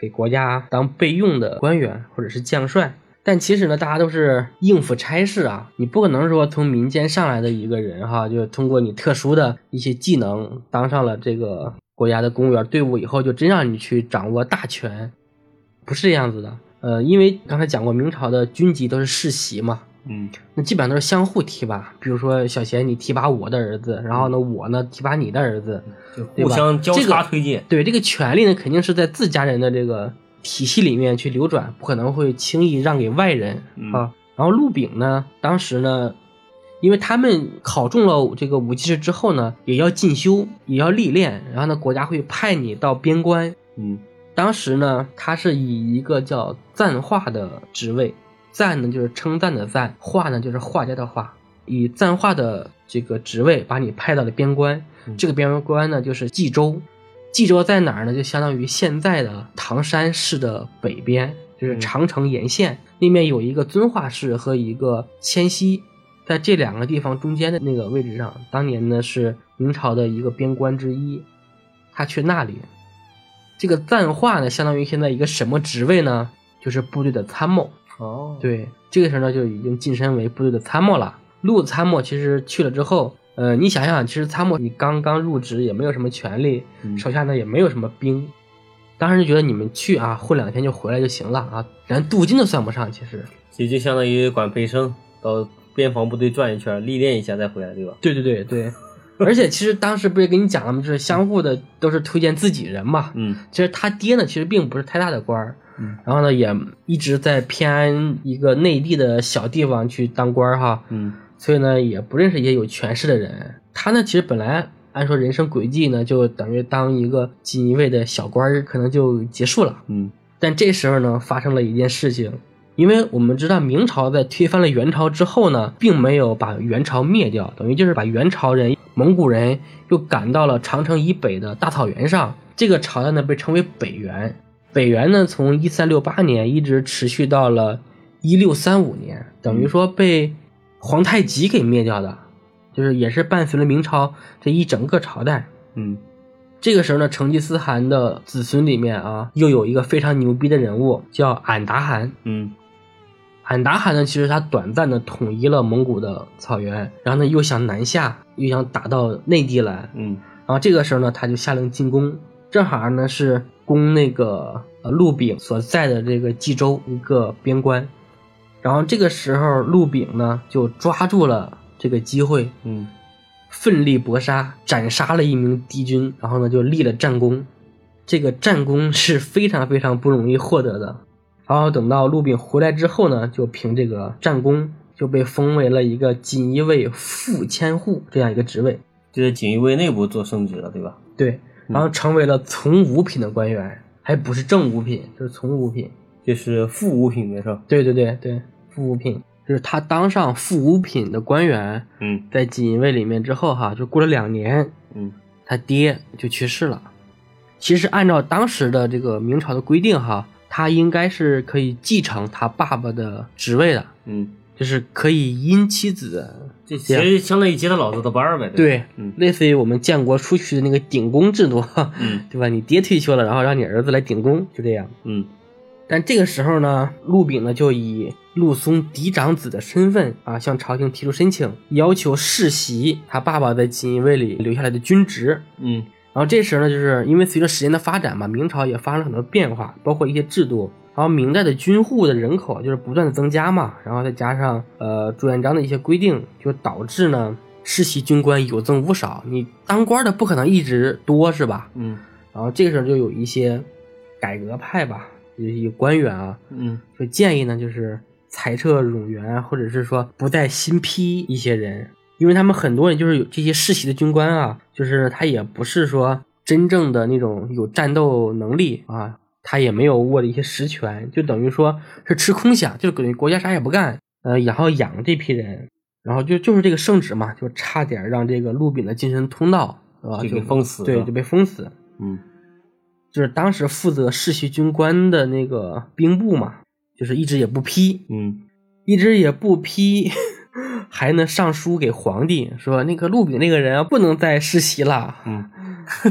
Speaker 2: 给国家当备用的官员或者是将帅。但其实呢，大家都是应付差事啊，你不可能说从民间上来的一个人哈，就通过你特殊的一些技能当上了这个国家的公务员队伍以后，就真让你去掌握大权，不是这样子的。呃，因为刚才讲过，明朝的军级都是世袭嘛，
Speaker 1: 嗯，
Speaker 2: 那基本上都是相互提拔。比如说小贤你提拔我的儿子，然后呢我呢提拔你的儿子，
Speaker 1: 就互相交叉推荐。
Speaker 2: 这个、对，这个权力呢肯定是在自家人的这个体系里面去流转，不可能会轻易让给外人、
Speaker 1: 嗯、
Speaker 2: 啊。然后陆炳呢，当时呢，因为他们考中了这个武进士之后呢，也要进修，也要历练，然后呢，国家会派你到边关。
Speaker 1: 嗯，
Speaker 2: 当时呢，他是以一个叫赞化的职位，赞呢就是称赞的赞，化呢就是画家的画，以赞化的这个职位把你派到了边关。
Speaker 1: 嗯、这
Speaker 2: 个边关呢就是冀州。冀州在哪儿呢？就相当于现在的唐山市的北边，就是长城沿线、嗯、那面有一个遵化市和一个迁西，在这两个地方中间的那个位置上，当年呢是明朝的一个边关之一，他去那里。这个赞化呢相当于现在一个什么职位呢？就是部队的参谋。
Speaker 1: 哦，
Speaker 2: 对，这个时候呢就已经晋升为部队的参谋了。陆参谋其实去了之后，呃，你想想，其实参谋你刚刚入职，也没有什么权利，
Speaker 1: 嗯、
Speaker 2: 手下呢也没有什么兵，当时就觉得你们去啊，混两天就回来就行了啊，连镀金都算不上。其实，
Speaker 1: 其实就相当于管培生，到边防部队转一圈，历练一下再回来，对吧？
Speaker 2: 对对对对，而且其实当时不是跟你讲了吗？就是相互的都是推荐自己人嘛。
Speaker 1: 嗯，
Speaker 2: 其实他爹呢，其实并不是太大的官儿，
Speaker 1: 嗯，
Speaker 2: 然后呢也一直在偏安一个内地的小地方去当官哈。
Speaker 1: 嗯。
Speaker 2: 所以呢也不认识一些有权势的人，他呢其实本来按说人生轨迹呢就等于当一个锦衣卫的小官可能就结束了。
Speaker 1: 嗯，
Speaker 2: 但这时候呢发生了一件事情，因为我们知道明朝在推翻了元朝之后呢并没有把元朝灭掉，等于就是把元朝人蒙古人又赶到了长城以北的大草原上，这个朝代呢被称为北元。北元呢从一三六八年一直持续到了一六三五年，等于说被皇太极给灭掉的，就是也是伴随了明朝这一整个朝代。
Speaker 1: 嗯，
Speaker 2: 这个时候呢，成吉思汗的子孙里面啊，又有一个非常牛逼的人物叫俺答汗。
Speaker 1: 嗯，
Speaker 2: 俺答汗呢，其实他短暂的统一了蒙古的草原，然后呢又想南下，又想打到内地来。
Speaker 1: 嗯，
Speaker 2: 然后这个时候呢，他就下令进攻，正好呢是攻那个呃陆炳所在的这个冀州一个边关。然后这个时候陆炳呢就抓住了这个机会，
Speaker 1: 嗯，
Speaker 2: 奋力搏杀，斩杀了一名敌军，然后呢就立了战功。这个战功是非常非常不容易获得的。然后等到陆炳回来之后呢，就凭这个战功就被封为了一个锦衣卫副千户这样一个职位，
Speaker 1: 就是锦衣卫内部做升职了，对吧？
Speaker 2: 对，然后成为了从五品的官员，还不是正五品，就是从五品，
Speaker 1: 就是副五品没事。
Speaker 2: 对对对对，副五品。就是他当上副五品的官员，
Speaker 1: 嗯，
Speaker 2: 在锦衣卫里面之后哈，就过了两年，
Speaker 1: 嗯，
Speaker 2: 他爹就去世了。其实按照当时的这个明朝的规定哈，他应该是可以继承他爸爸的职位的，
Speaker 1: 嗯，
Speaker 2: 就是可以因妻子，
Speaker 1: 这其实相当于接他老子的班儿呗。
Speaker 2: 对，对
Speaker 1: 嗯，
Speaker 2: 类似于我们建国初期的那个顶工制度，
Speaker 1: 嗯，
Speaker 2: 对吧？你爹退休了，然后让你儿子来顶工，就这样。
Speaker 1: 嗯，
Speaker 2: 但这个时候呢，陆炳呢就以陆松嫡长子的身份啊，向朝廷提出申请，要求世袭他爸爸在锦衣卫里留下来的军职。
Speaker 1: 嗯，
Speaker 2: 然后这时候呢，就是因为随着时间的发展嘛，明朝也发生了很多变化，包括一些制度。然后明代的军户的人口就是不断的增加嘛，然后再加上呃朱元璋的一些规定，就导致呢世袭军官有增无少。你当官的不可能一直多，是吧？
Speaker 1: 嗯，
Speaker 2: 然后这个时候就有一些改革派吧，有一些官员啊，
Speaker 1: 嗯，
Speaker 2: 就建议呢，就是裁撤冗员，或者是说不再新批一些人，因为他们很多人就是有这些世袭的军官啊，就是他也不是说真正的那种有战斗能力啊，他也没有握的一些实权，就等于说是吃空饷，就是等于国家啥也不干，呃，然后养这批人，然后就就是这个圣旨嘛，就差点让这个陆炳的晋升通道啊
Speaker 1: 就被封死，
Speaker 2: 对，就被封死。
Speaker 1: 嗯，
Speaker 2: 就是当时负责世袭军官的那个兵部嘛，就是一直也不批，
Speaker 1: 嗯，
Speaker 2: 一直也不批，还能上书给皇帝说那个陆炳那个人啊不能再世袭了。
Speaker 1: 嗯，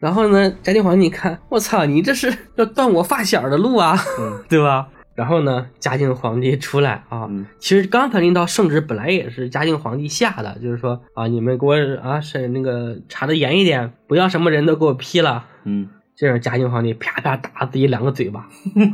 Speaker 2: 然后呢，嘉靖皇帝一看，我操，你这是要断我发小的路啊，
Speaker 1: 嗯、
Speaker 2: 对吧？然后呢，嘉靖皇帝出来啊，
Speaker 1: 嗯、
Speaker 2: 其实刚才那道圣旨本来也是嘉靖皇帝下的，就是说啊，你们给我啊是那个查的严一点，不要什么人都给我批了。
Speaker 1: 嗯，
Speaker 2: 这样嘉靖皇帝啪啪打自己两个嘴巴，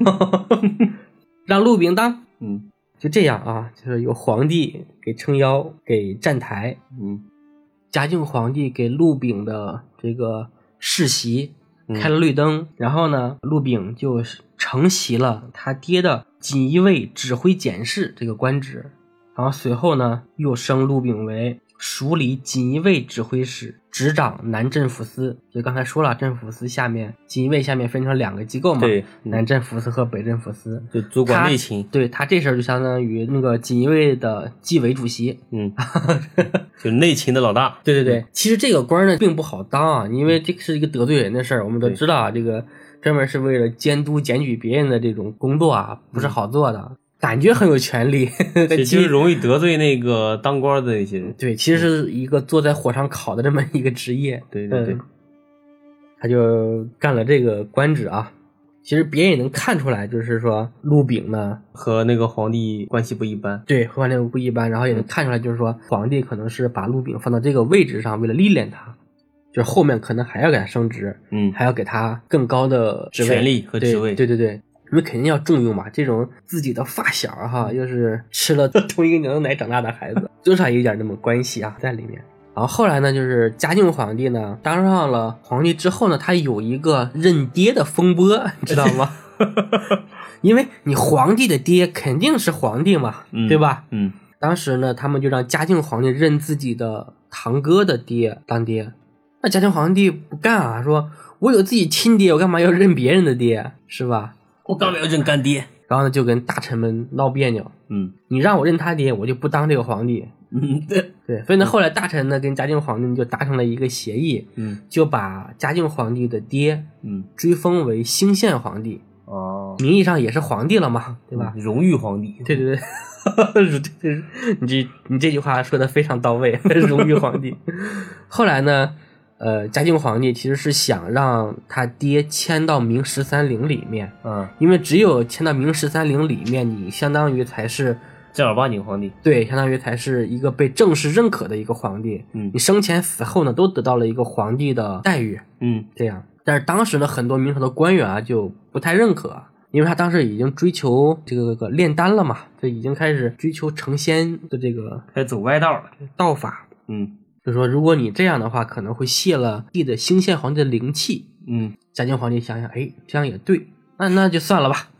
Speaker 2: 让陆炳当。
Speaker 1: 嗯，
Speaker 2: 就这样啊，就是有皇帝给撑腰，给站台。
Speaker 1: 嗯，
Speaker 2: 嘉靖皇帝给陆炳的这个世袭开了绿灯，
Speaker 1: 嗯、
Speaker 2: 然后呢，陆炳就承袭了他爹的锦衣卫指挥检视这个官职，然后随后呢，又升陆炳为署理锦衣卫指挥使，执掌南镇抚司。就刚才说了，镇抚司下面锦衣卫下面分成两个机构嘛，
Speaker 1: 对，
Speaker 2: 南镇抚司和北镇抚司，
Speaker 1: 就主管内勤。
Speaker 2: 对，他这事儿就相当于那个锦衣卫的纪委主席，
Speaker 1: 嗯，就内勤的老大。
Speaker 2: 对对对，其实这个官呢并不好当啊，因为这是一个得罪人的事儿，我们都知道啊，这个专门是为了监督检举别人的这种工作啊，不是好做的。嗯，感觉很有权利，
Speaker 1: 其实容易得罪那个当官的那些人。
Speaker 2: 对，其实是一个坐在火上烤的这么一个职业。
Speaker 1: 对对对、嗯，
Speaker 2: 他就干了这个官职啊。其实别人也能看出来，就是说陆炳呢
Speaker 1: 和那个皇帝关系不一般。
Speaker 2: 对，和皇帝不一般，然后也能看出来，就是说皇帝可能是把陆炳放到这个位置上，为了历练他，就是后面可能还要给他升职，
Speaker 1: 嗯，
Speaker 2: 还要给他更高的职位、
Speaker 1: 权力和职位。
Speaker 2: 对对对对。因为肯定要重用嘛，这种自己的发小哈，又是吃了同一个牛奶长大的孩子，多少有点那么关系啊在里面。然后后来呢，就是嘉靖皇帝呢当上了皇帝之后呢，他有一个认爹的风波，你知道吗？因为你皇帝的爹肯定是皇帝嘛，
Speaker 1: 嗯、
Speaker 2: 对吧？
Speaker 1: 嗯。
Speaker 2: 当时呢，他们就让嘉靖皇帝认自己的堂哥的爹当爹。那嘉靖皇帝不干啊，说我有自己亲爹，我干嘛要认别人的爹，是吧？
Speaker 1: 我干嘛要认干爹？
Speaker 2: 然后呢，就跟大臣们闹别扭。
Speaker 1: 嗯，
Speaker 2: 你让我认他爹，我就不当这个皇帝。
Speaker 1: 嗯，对
Speaker 2: 对，所以呢，后来大臣呢跟嘉靖皇帝就达成了一个协议，
Speaker 1: 嗯，
Speaker 2: 就把嘉靖皇帝的爹，
Speaker 1: 嗯，
Speaker 2: 追封为兴献皇帝。
Speaker 1: 哦，
Speaker 2: 名义上也是皇帝了嘛，对吧？
Speaker 1: 嗯、荣誉皇帝。
Speaker 2: 对对对，你这你这句话说的非常到位，荣誉皇帝。后来呢？呃，嘉靖皇帝其实是想让他爹迁到明十三陵里面，
Speaker 1: 嗯，
Speaker 2: 因为只有迁到明十三陵里面，你相当于才是
Speaker 1: 正儿八经皇帝，
Speaker 2: 对，相当于才是一个被正式认可的一个皇帝。
Speaker 1: 嗯，
Speaker 2: 你生前死后呢，都得到了一个皇帝的待遇。
Speaker 1: 嗯，
Speaker 2: 这样，但是当时呢，很多明朝的官员啊就不太认可，因为他当时已经追求这个个炼丹了嘛，就已经开始追求成仙的这个
Speaker 1: 开始走歪道了，
Speaker 2: 道法。
Speaker 1: 嗯。
Speaker 2: 就说如果你这样的话，可能会泄了帝的兴献皇帝的灵气。
Speaker 1: 嗯，
Speaker 2: 嘉靖皇帝想想，哎，这样也对，那那就算了吧。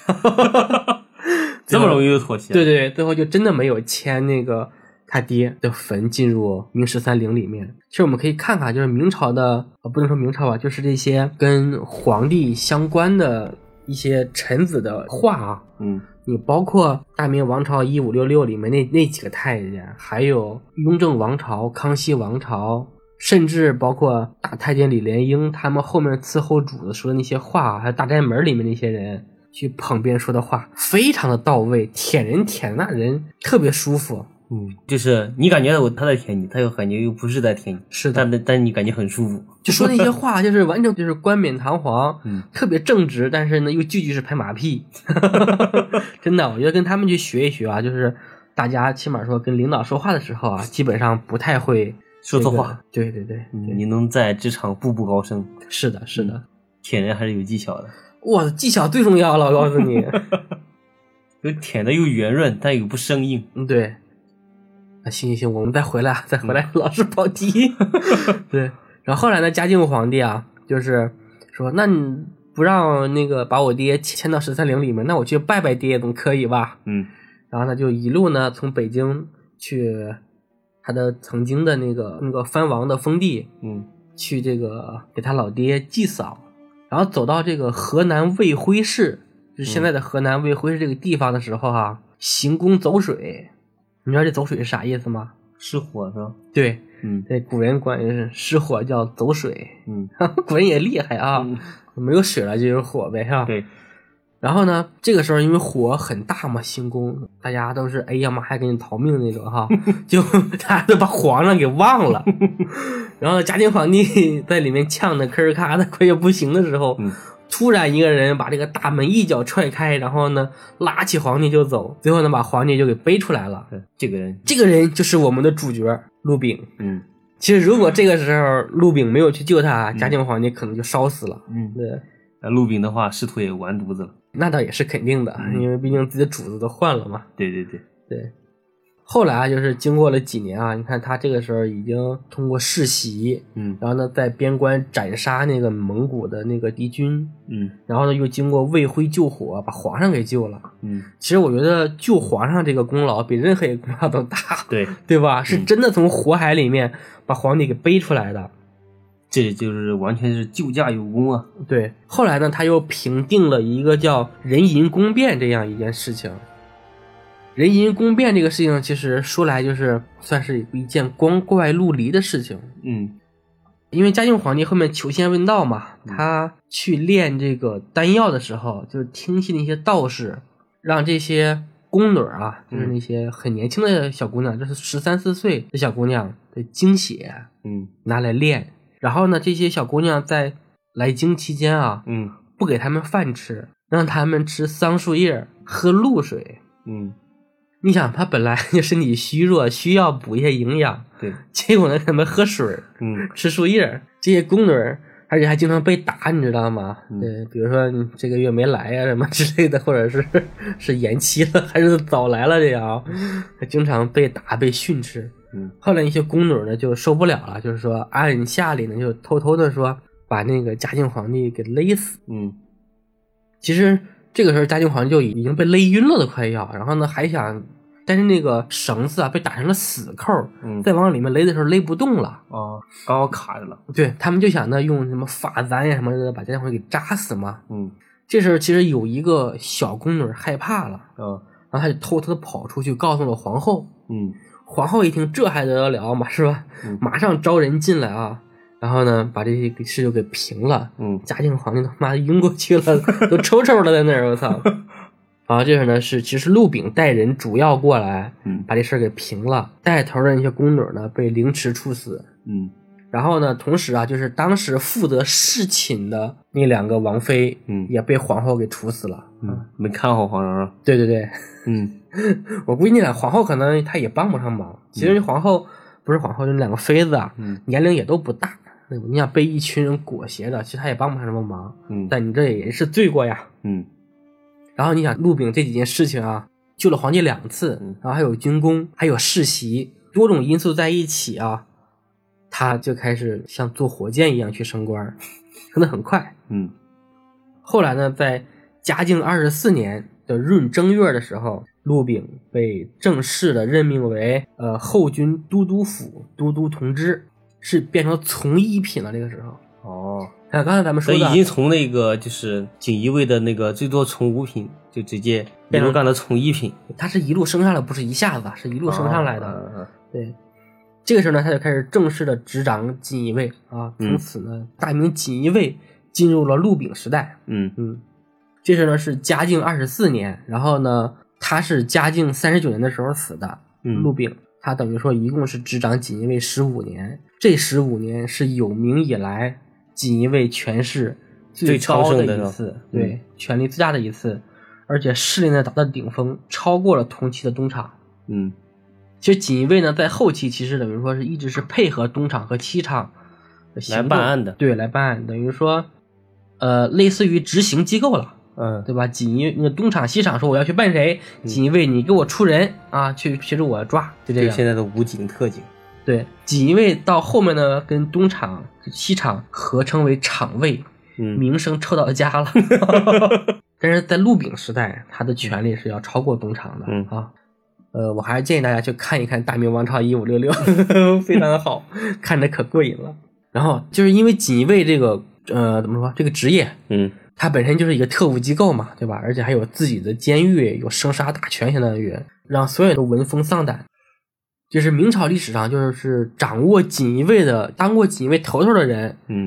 Speaker 1: 这么容易就妥协？
Speaker 2: 对对，最后就真的没有迁那个他爹的坟进入明十三陵里面。其实我们可以看看，就是明朝的，呃，不能说明朝吧，就是这些跟皇帝相关的一些臣子的话啊。
Speaker 1: 嗯。
Speaker 2: 你包括大明王朝一五六六里面那那几个太监，还有雍正王朝、康熙王朝，甚至包括大太监李莲英他们后面伺候主子说的那些话，还有大宅门里面那些人去捧别人说的话，非常的到位，舔人舔那人特别舒服。
Speaker 1: 嗯，就是你感觉我他在舔你，他又感觉又不是在舔你，
Speaker 2: 是的，
Speaker 1: 但但你感觉很舒服，
Speaker 2: 就说那些话就是完全就是冠冕堂皇，
Speaker 1: 嗯，
Speaker 2: 特别正直，但是呢又句句是拍马屁。真的，我觉得跟他们去学一学啊，就是大家起码说跟领导说话的时候啊，基本上不太会
Speaker 1: 说错话。
Speaker 2: 对对对，
Speaker 1: 嗯，你能在职场步步高升。
Speaker 2: 是的，是的，
Speaker 1: 舔人还是有技巧的。
Speaker 2: 哇，技巧最重要了，我告诉你。
Speaker 1: 有舔的又圆润，但又不生硬。
Speaker 2: 嗯，对。啊，行行行，我们再回来，再回来，老是跑题。对，然后后来呢，嘉靖皇帝啊，就是说，那你不让那个把我爹迁到十三陵里面，那我去拜拜爹总可以吧？
Speaker 1: 嗯，
Speaker 2: 然后呢，就一路呢从北京去他的曾经的那个那个藩王的封地，
Speaker 1: 嗯，
Speaker 2: 去这个给他老爹祭扫，然后走到这个河南卫辉市，就是现在的河南卫辉市这个地方的时候啊，行宫走水。你知道这走水是啥意思吗？
Speaker 1: 失火是吧？
Speaker 2: 对，
Speaker 1: 嗯，
Speaker 2: 这古人管失火叫走水，
Speaker 1: 嗯，
Speaker 2: 古人也厉害啊，
Speaker 1: 嗯、
Speaker 2: 没有水了就有火呗，是吧？
Speaker 1: 对。
Speaker 2: 然后呢，这个时候因为火很大嘛，行宫大家都是哎呀妈，还给你逃命那种哈，就大家都把皇上给忘了。然后嘉靖皇帝在里面呛的吭儿咔的快要不行的时候，嗯，突然一个人把这个大门一脚踹开，然后呢拉起皇帝就走，最后呢把皇帝就给背出来了。
Speaker 1: 这个人，
Speaker 2: 这个人就是我们的主角陆炳。
Speaker 1: 嗯，
Speaker 2: 其实如果这个时候陆炳没有去救他，嘉靖皇帝可能就烧死了。
Speaker 1: 嗯，
Speaker 2: 对。
Speaker 1: 那陆炳的话，仕途也完犊子了。
Speaker 2: 那倒也是肯定的，嗯、因为毕竟自己的主子都换了嘛。
Speaker 1: 对对对
Speaker 2: 对。后来啊，就是经过了几年啊，你看他这个时候已经通过世袭，
Speaker 1: 嗯，
Speaker 2: 然后呢在边关斩杀那个蒙古的那个敌军，
Speaker 1: 嗯，
Speaker 2: 然后呢又经过魏辉救火，把皇上给救了。
Speaker 1: 嗯，
Speaker 2: 其实我觉得救皇上这个功劳比任何一个功劳都大，
Speaker 1: 对
Speaker 2: 对吧？是真的从火海里面把皇帝给背出来的。
Speaker 1: 这就是完全是救驾有功啊！
Speaker 2: 对，后来呢，他又平定了一个叫壬寅宫变这样一件事情。壬寅宫变这个事情，其实说来就是算是一件光怪陆离的事情。
Speaker 1: 嗯，
Speaker 2: 因为嘉靖皇帝后面求仙问道嘛，他去炼这个丹药的时候，就是听信那些道士，让这些宫女啊，就是那些很年轻的小姑娘，就是十三四岁的小姑娘的精血，
Speaker 1: 嗯，
Speaker 2: 拿来炼。然后呢，这些小姑娘在来京期间啊，
Speaker 1: 嗯，
Speaker 2: 不给她们饭吃，让她们吃桑树叶，喝露水。
Speaker 1: 嗯，
Speaker 2: 你想，她本来就身体虚弱，需要补一些营养，
Speaker 1: 对，
Speaker 2: 结果呢，她们喝水，
Speaker 1: 嗯，
Speaker 2: 吃树叶。这些宫女，而且还经常被打，你知道吗？
Speaker 1: 嗯、
Speaker 2: 对，比如说你这个月没来呀、啊，什么之类的，或者是是延期了，还是早来了这样，她经常被打，被训斥。
Speaker 1: 嗯，
Speaker 2: 后来一些宫女呢就受不了了，就是说暗下里呢就偷偷的说把那个嘉靖皇帝给勒死。
Speaker 1: 嗯，
Speaker 2: 其实这个时候嘉靖皇帝就已经被勒晕了的快要，然后呢还想，但是那个绳子啊被打成了死扣，
Speaker 1: 嗯，
Speaker 2: 再往里面勒的时候勒不动了。
Speaker 1: 哦，刚好卡着了。
Speaker 2: 对，他们就想呢用什么发簪呀什么的把嘉靖皇帝给扎死嘛。
Speaker 1: 嗯，
Speaker 2: 这时候其实有一个小宫女害怕了，
Speaker 1: 嗯，
Speaker 2: 然后他就偷偷的跑出去告诉了皇后。
Speaker 1: 嗯。
Speaker 2: 皇后一听，这还得了嘛，是吧？
Speaker 1: 嗯、
Speaker 2: 马上招人进来啊，然后呢，把这些事就给平了。
Speaker 1: 嗯，
Speaker 2: 嘉靖皇帝他妈晕过去了，都抽抽的在那儿，我操！然后这时呢是，其实陆炳带人主要过来，
Speaker 1: 嗯，
Speaker 2: 把这事给平了。带头的那些宫女呢被凌迟处死。
Speaker 1: 嗯，
Speaker 2: 然后呢，同时啊，就是当时负责侍寝的那两个王妃，
Speaker 1: 嗯，
Speaker 2: 也被皇后给处死了。
Speaker 1: 嗯，没看好皇上啊？
Speaker 2: 对对对，
Speaker 1: 嗯。
Speaker 2: 我估计那俩皇后可能她也帮不上忙。其实皇后、嗯、不是皇后，就那两个妃子啊，
Speaker 1: 嗯，
Speaker 2: 年龄也都不大。你想被一群人裹挟的，其实她也帮不上什么忙。
Speaker 1: 嗯，
Speaker 2: 但你这也是罪过呀。
Speaker 1: 嗯。
Speaker 2: 然后你想陆炳这几件事情啊，救了皇帝两次，
Speaker 1: 嗯、
Speaker 2: 然后还有军功，还有世袭，多种因素在一起啊，他就开始像坐火箭一样去升官，升得很快。
Speaker 1: 嗯。
Speaker 2: 后来呢，在嘉靖二十四年的闰正月的时候，陆炳被正式的任命为呃后军都督府都督同知，是变成从一品了。这个时候
Speaker 1: 哦，
Speaker 2: 看刚才咱们说的，
Speaker 1: 已经从那个就是锦衣卫的那个最多从五品，就直接变成干的从一品。
Speaker 2: 他是一路升上来，不是一下子，是一路升上来的。
Speaker 1: 哦啊、
Speaker 2: 对，这个时候呢，他就开始正式的执掌锦衣卫啊，从此呢，嗯、大明锦衣卫进入了陆炳时代。
Speaker 1: 嗯
Speaker 2: 嗯，这时呢是嘉靖二十四年，然后呢。他是嘉靖三十九年的时候死的，
Speaker 1: 嗯，
Speaker 2: 陆炳，他等于说一共是执掌锦衣卫十五年，这十五年是有明以来锦衣卫权势最高的一次，对，嗯、权力最大的一次，而且势力呢达到顶峰，超过了同期的东厂。
Speaker 1: 嗯，
Speaker 2: 其实锦衣卫呢在后期其实等于说是一直是配合东厂和西厂
Speaker 1: 来办案的，
Speaker 2: 对，来办案，等于说，呃，类似于执行机构了。
Speaker 1: 嗯，
Speaker 2: 对吧？锦衣那个东厂西厂说我要去办谁，锦衣卫你给我出人啊，去协助我抓，就这样。
Speaker 1: 现在的武警特警。
Speaker 2: 对，锦衣卫到后面呢，跟东厂、西厂合称为厂卫，
Speaker 1: 嗯，
Speaker 2: 名声臭到家了。但是在陆炳时代，他的权力是要超过东厂的，
Speaker 1: 嗯
Speaker 2: 啊。呃，我还是建议大家去看一看《大明王朝一五六六》，非常的好，看着可过瘾了。然后就是因为锦衣卫这个呃怎么说这个职业，
Speaker 1: 嗯。
Speaker 2: 它本身就是一个特务机构嘛，对吧？而且还有自己的监狱，有生杀大权，相当于让所有人都闻风丧胆。就是明朝历史上，就是掌握锦衣卫的、当过锦衣卫头头的人，
Speaker 1: 嗯，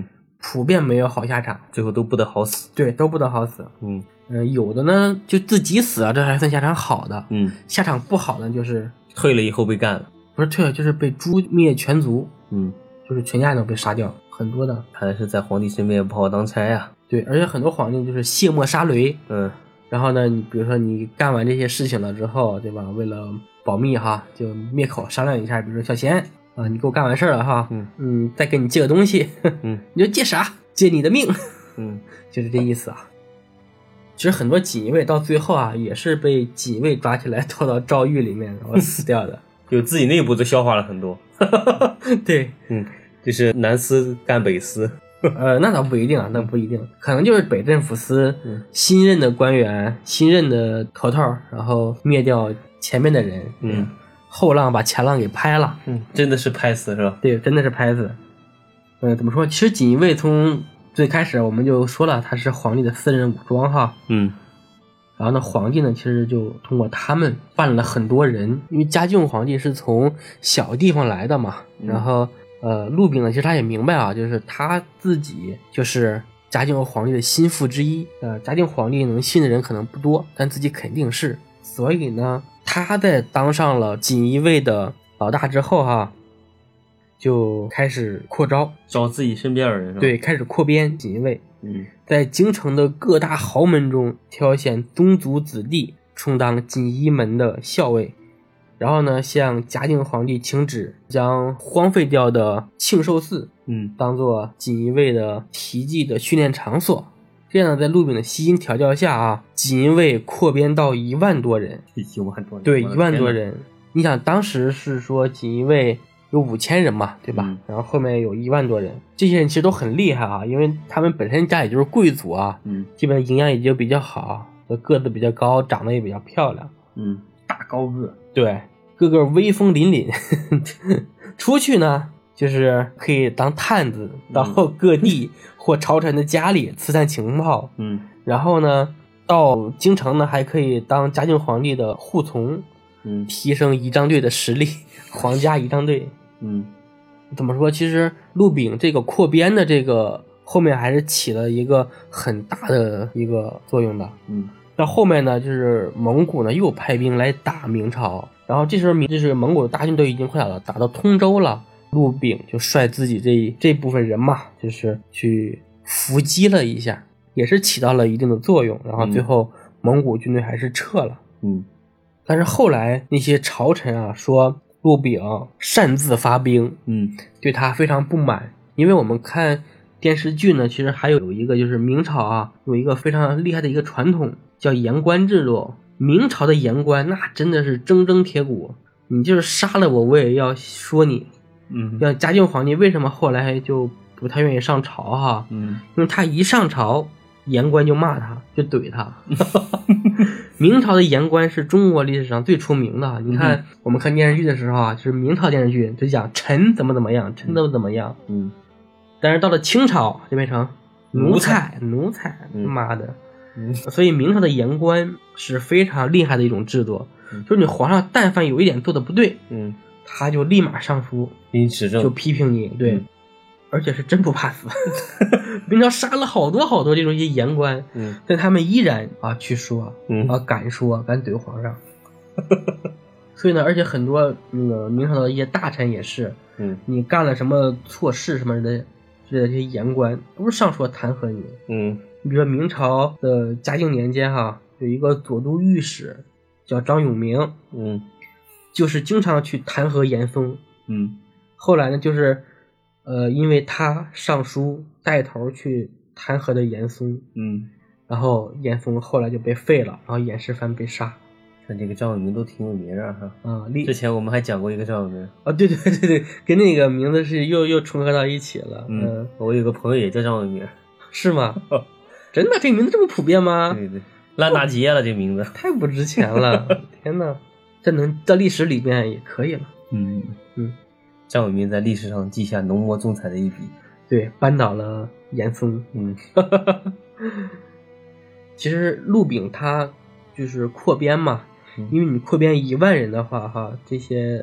Speaker 2: 普遍没有好下场，
Speaker 1: 最后都不得好死。
Speaker 2: 对，都不得好死。
Speaker 1: 嗯
Speaker 2: 呃，有的呢就自己死了，这还算下场好的。
Speaker 1: 嗯，
Speaker 2: 下场不好的就是
Speaker 1: 退了以后被干了。
Speaker 2: 不是退了，就是被诛灭全族。
Speaker 1: 嗯，
Speaker 2: 就是全家都被杀掉，很多的。
Speaker 1: 看来是在皇帝身边也不好当差呀。
Speaker 2: 对，而且很多皇帝就是卸磨杀驴。
Speaker 1: 嗯，
Speaker 2: 然后呢，你比如说你干完这些事情了之后，对吧？为了保密哈，就灭口商量一下，比如说小贤啊，你给我干完事了哈，
Speaker 1: 嗯
Speaker 2: 嗯，再给你借个东西，
Speaker 1: 嗯，
Speaker 2: 你就借啥？借你的命，
Speaker 1: 嗯，
Speaker 2: 就是这意思啊。其实很多锦衣卫到最后啊，也是被锦衣卫抓起来拖到诏狱里面，然后死掉的。
Speaker 1: 就自己内部都消化了很多。
Speaker 2: 对，
Speaker 1: 嗯，就是南司干北司。
Speaker 2: 呃，那倒不一定啊，那不一定，可能就是北镇抚司、
Speaker 1: 嗯、
Speaker 2: 新任的官员、新任的头头，然后灭掉前面的人，
Speaker 1: 嗯，
Speaker 2: 后浪把前浪给拍了，
Speaker 1: 嗯，真的是拍死是吧？
Speaker 2: 对，真的是拍死。嗯、呃，怎么说？其实锦衣卫从最开始我们就说了，他是皇帝的私人武装哈，
Speaker 1: 嗯。
Speaker 2: 然后呢，皇帝呢，其实就通过他们办了很多人，因为嘉靖皇帝是从小地方来的嘛，
Speaker 1: 嗯、
Speaker 2: 然后呃，陆炳呢，其实他也明白啊，就是他自己就是嘉靖皇帝的心腹之一，呃，嘉靖皇帝能信的人可能不多，但自己肯定是，所以呢，他在当上了锦衣卫的老大之后哈，就开始扩招，
Speaker 1: 招自己身边的人是吧？
Speaker 2: 对，开始扩编锦衣卫。
Speaker 1: 嗯，
Speaker 2: 在京城的各大豪门中挑选宗族子弟充当锦衣门的校尉，然后呢，向嘉靖皇帝请旨，将荒废掉的庆寿寺，
Speaker 1: 嗯，
Speaker 2: 当做锦衣卫的提技的训练场所。这样呢，在陆炳的悉心调教下啊，锦衣卫扩编到一万多人，
Speaker 1: 一万多人，
Speaker 2: 对，一万多人。你想，当时是说锦衣卫有五千人嘛，对吧、
Speaker 1: 嗯、
Speaker 2: 然后后面有一万多人，这些人其实都很厉害啊，因为他们本身家里就是贵族啊，
Speaker 1: 嗯，
Speaker 2: 基本营养也就比较好，个子比较高，长得也比较漂亮，
Speaker 1: 嗯，大高个，
Speaker 2: 对，个个威风凛凛。出去呢，就是可以当探子，到各地或朝臣的家里刺探情报，
Speaker 1: 嗯，
Speaker 2: 然后呢，到京城呢，还可以当嘉靖皇帝的护从，
Speaker 1: 嗯，
Speaker 2: 提升仪仗队的实力，皇家仪仗队。
Speaker 1: 嗯，
Speaker 2: 怎么说？其实陆炳这个扩编的这个后面还是起了一个很大的一个作用的。
Speaker 1: 嗯，
Speaker 2: 到后面呢，就是蒙古呢又派兵来打明朝，然后这时候明就是蒙古的大军都已经快了，打到通州了。陆炳就率自己这这部分人嘛，就是去伏击了一下，也是起到了一定的作用。然后最后蒙古军队还是撤了。
Speaker 1: 嗯，
Speaker 2: 但是后来那些朝臣啊说陆炳擅自发兵，
Speaker 1: 嗯，
Speaker 2: 对他非常不满。因为我们看电视剧呢，其实还有一个就是明朝啊有一个非常厉害的一个传统叫言官制度。明朝的言官那真的是铮铮铁骨，你就是杀了我我也要说你。
Speaker 1: 嗯，
Speaker 2: 像嘉靖皇帝为什么后来就不太愿意上朝哈？
Speaker 1: 嗯，
Speaker 2: 因为他一上朝言官就骂他，就怼他。明朝的言官是中国历史上最出名的。你看、嗯、我们看电视剧的时候啊，就是明朝电视剧就讲臣怎么怎么样，臣怎么怎么样。
Speaker 1: 嗯，
Speaker 2: 但是到了清朝就变成奴才，奴才，妈的、嗯！所以明朝的言官是非常厉害的一种制度，嗯、就是你皇上但凡有一点做的不对，
Speaker 1: 嗯，
Speaker 2: 他就立马上书
Speaker 1: 给你指正，
Speaker 2: 就批评你，对。嗯，而且是真不怕死。明朝杀了好多好多这种一些言官，
Speaker 1: 嗯，
Speaker 2: 但他们依然啊去说，
Speaker 1: 嗯
Speaker 2: 啊敢说敢怼皇上。所以呢，而且很多那个明朝的一些大臣也是，
Speaker 1: 嗯，
Speaker 2: 你干了什么错事什么的，之类的这些言官都是上说弹劾你。
Speaker 1: 嗯，
Speaker 2: 你比如说明朝的嘉靖年间哈，有一个左都御史叫张永明，
Speaker 1: 嗯，
Speaker 2: 就是经常去弹劾严嵩，
Speaker 1: 嗯，
Speaker 2: 后来呢就是呃因为他上书带头去弹劾的严嵩，
Speaker 1: 嗯，
Speaker 2: 然后严嵩后来就被废了，然后严世蕃被杀。
Speaker 1: 看这个张永明都挺有名啊哈。
Speaker 2: 啊，
Speaker 1: 之前我们还讲过一个张永明。
Speaker 2: 啊，对对对对，跟那个名字是又又重合到一起了。
Speaker 1: 嗯，嗯我有个朋友也叫张永明。
Speaker 2: 是吗？真的，这个名字这么普遍吗？
Speaker 1: 对对，烂大街了，这名字
Speaker 2: 太不值钱了。天哪，这能在历史里边也可以了。
Speaker 1: 嗯
Speaker 2: 嗯，
Speaker 1: 张永明在历史上记下浓墨重彩的一笔。
Speaker 2: 对，扳倒了严嵩。
Speaker 1: 嗯，
Speaker 2: 其实陆炳他就是扩编嘛，因为你扩编一万人的话哈，这些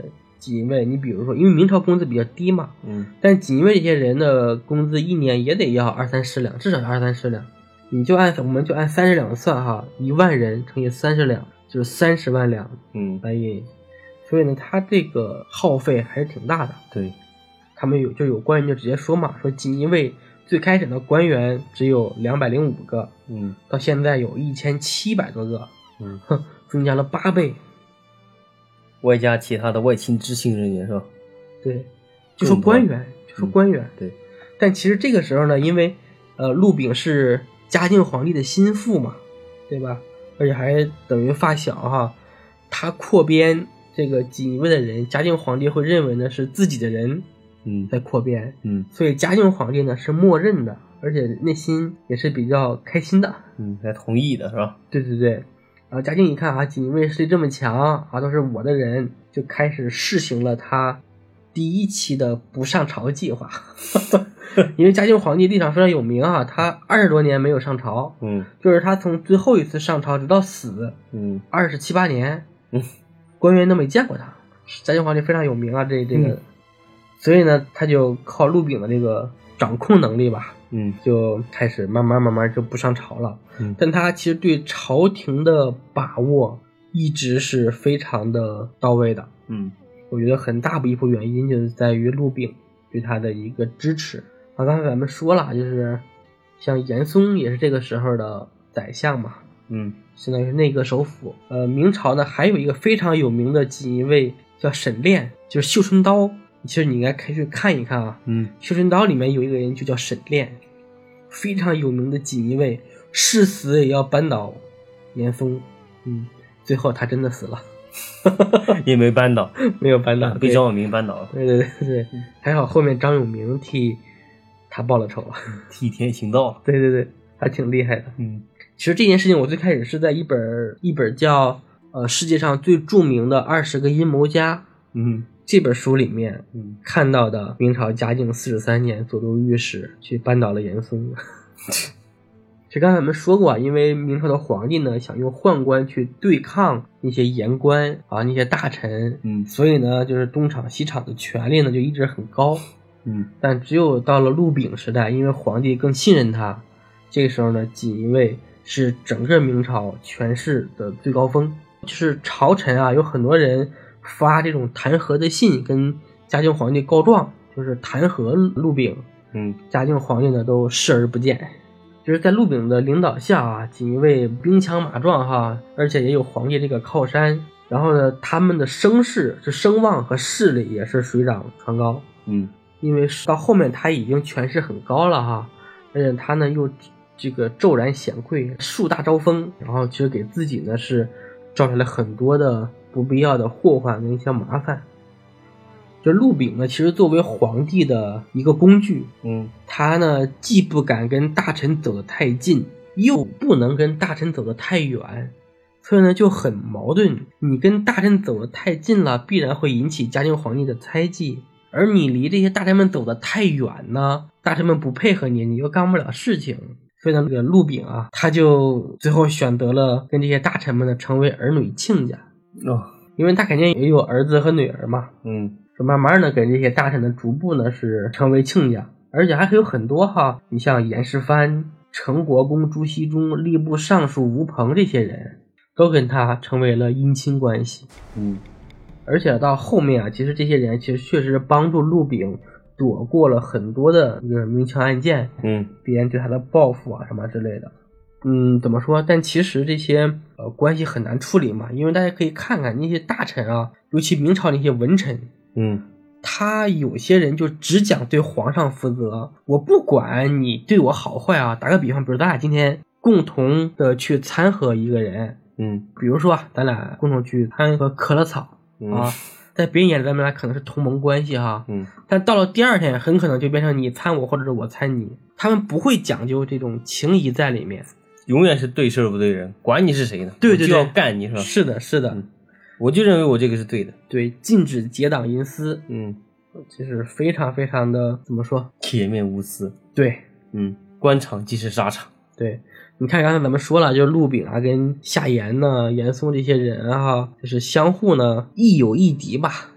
Speaker 2: 锦衣卫，你比如说，因为明朝工资比较低嘛，
Speaker 1: 嗯，
Speaker 2: 但锦衣卫这些人的工资一年也得要二三十两，至少二三十两。你就按我们就按三十两算哈，一万人乘以三十两，就是三十万两
Speaker 1: 嗯，
Speaker 2: 白银。所以呢，他这个耗费还是挺大的。
Speaker 1: 对，
Speaker 2: 他们有就有官员就直接说嘛，说锦衣卫最开始的官员只有两百零五个，
Speaker 1: 嗯，
Speaker 2: 到现在有一千七百多个，
Speaker 1: 嗯，
Speaker 2: 哼，增加了八倍。
Speaker 1: 外加其他的外勤执行人员是吧？
Speaker 2: 对，就说官员，就说官员、
Speaker 1: 嗯。对，
Speaker 2: 但其实这个时候呢，因为呃陆炳是嘉靖皇帝的心腹嘛，对吧？而且还等于发小哈，他扩编这个锦衣卫的人，嘉靖皇帝会认为呢是自己的人，
Speaker 1: 嗯，
Speaker 2: 在扩编，
Speaker 1: 嗯，
Speaker 2: 所以嘉靖皇帝呢是默认的，而且内心也是比较开心的，
Speaker 1: 嗯，还同意的是吧？
Speaker 2: 对对对。然后嘉靖一看啊，锦衣卫势力这么强啊，都是我的人，就开始试行了他第一期的不上朝计划。因为嘉靖皇帝历史上非常有名啊，他二十多年没有上朝，
Speaker 1: 嗯，
Speaker 2: 就是他从最后一次上朝直到死，
Speaker 1: 嗯，
Speaker 2: 二十七八年，
Speaker 1: 嗯，
Speaker 2: 官员都没见过他。嘉靖皇帝非常有名啊，这这个、嗯，所以呢，他就靠陆炳的这个掌控能力吧，
Speaker 1: 嗯，
Speaker 2: 就开始慢慢慢慢就不上朝了。
Speaker 1: 嗯，
Speaker 2: 但他其实对朝廷的把握一直是非常的到位的。
Speaker 1: 嗯，
Speaker 2: 我觉得很大一部分原因就是在于陆炳对他的一个支持。啊，刚才咱们说了，就是像严嵩也是这个时候的宰相嘛，
Speaker 1: 嗯，
Speaker 2: 相当于内阁首辅。呃，明朝呢还有一个非常有名的锦衣卫叫沈炼，就是绣春刀。其实你应该可以去看一看啊，
Speaker 1: 嗯，
Speaker 2: 绣春刀里面有一个人就叫沈炼，非常有名的锦衣卫，誓死也要扳倒严嵩。嗯，最后他真的死了。
Speaker 1: 也没扳倒，
Speaker 2: 没有扳倒，
Speaker 1: 被张永明扳倒了。
Speaker 2: 对对对对，还好后面张永明替他报了仇，
Speaker 1: 替天行道。
Speaker 2: 对对对，还挺厉害的。
Speaker 1: 嗯，
Speaker 2: 其实这件事情我最开始是在一本一本叫呃世界上最著名的二十个阴谋家，
Speaker 1: 嗯，
Speaker 2: 这本书里面
Speaker 1: 嗯
Speaker 2: 看到的明朝嘉靖四十三年左都御史去扳倒了严嵩。其实刚才咱们说过啊，因为明朝的皇帝呢想用宦官去对抗那些言官啊那些大臣，
Speaker 1: 嗯，
Speaker 2: 所以呢就是东厂西厂的权力呢就一直很高。
Speaker 1: 嗯，
Speaker 2: 但只有到了陆炳时代，因为皇帝更信任他，这个时候呢，锦衣卫是整个明朝权势的最高峰。就是朝臣啊，有很多人发这种弹劾的信跟嘉靖皇帝告状，就是弹劾陆炳。
Speaker 1: 嗯，
Speaker 2: 嘉靖皇帝呢都视而不见。就是在陆炳的领导下啊，锦衣卫兵强马壮哈，而且也有皇帝这个靠山。然后呢，他们的声势、是声望和势力也是水涨船高。
Speaker 1: 嗯。
Speaker 2: 因为到后面他已经权势很高了哈，而且他呢又这个骤然显贵，树大招风，然后其实给自己呢是招来了很多的不必要的祸患跟一些麻烦。这陆炳呢，其实作为皇帝的一个工具，
Speaker 1: 嗯，
Speaker 2: 他呢既不敢跟大臣走得太近，又不能跟大臣走得太远，所以呢就很矛盾。你跟大臣走得太近了，必然会引起嘉靖皇帝的猜忌。而你离这些大臣们走得太远呢，大臣们不配合你，你又干不了事情。所以呢，这个陆炳啊，他就最后选择了跟这些大臣们呢成为儿女亲家。
Speaker 1: 哦，
Speaker 2: 因为他肯定也有儿子和女儿嘛。
Speaker 1: 嗯，
Speaker 2: 说慢慢的跟这些大臣的逐步呢是成为亲家，而且还有很多哈，你像严世蕃、成国公朱熹中、吏部尚书吴鹏这些人，都跟他成为了姻亲关系。
Speaker 1: 嗯。
Speaker 2: 而且到后面啊，其实这些人其实确实帮助陆炳躲过了很多的这个明枪暗箭，
Speaker 1: 嗯，
Speaker 2: 别人对他的报复啊什么之类的。嗯，怎么说？但其实这些呃关系很难处理嘛，因为大家可以看看那些大臣啊，尤其明朝那些文臣，
Speaker 1: 嗯，
Speaker 2: 他有些人就只讲对皇上负责，我不管你对我好坏啊。打个比方，比如咱俩今天共同的去参劾一个人，
Speaker 1: 嗯，
Speaker 2: 比如说咱俩共同去参劾可乐草。啊，在别人眼里咱们俩可能是同盟关系哈，
Speaker 1: 嗯，
Speaker 2: 但到了第二天很可能就变成你参我或者是我参你，他们不会讲究这种情谊在里面，
Speaker 1: 永远是对事不对人，管你是谁呢，
Speaker 2: 对对对，
Speaker 1: 就要干你是吧？
Speaker 2: 是的是的、
Speaker 1: 嗯，我就认为我这个是对的，
Speaker 2: 对，禁止结党营私，
Speaker 1: 嗯，
Speaker 2: 这是非常非常的怎么说，
Speaker 1: 铁面无私，
Speaker 2: 对，
Speaker 1: 嗯，官场即是沙场，
Speaker 2: 对。你看刚才咱们说了，就是陆炳啊跟夏言呢、严嵩这些人啊，就是相互呢亦友亦敌吧，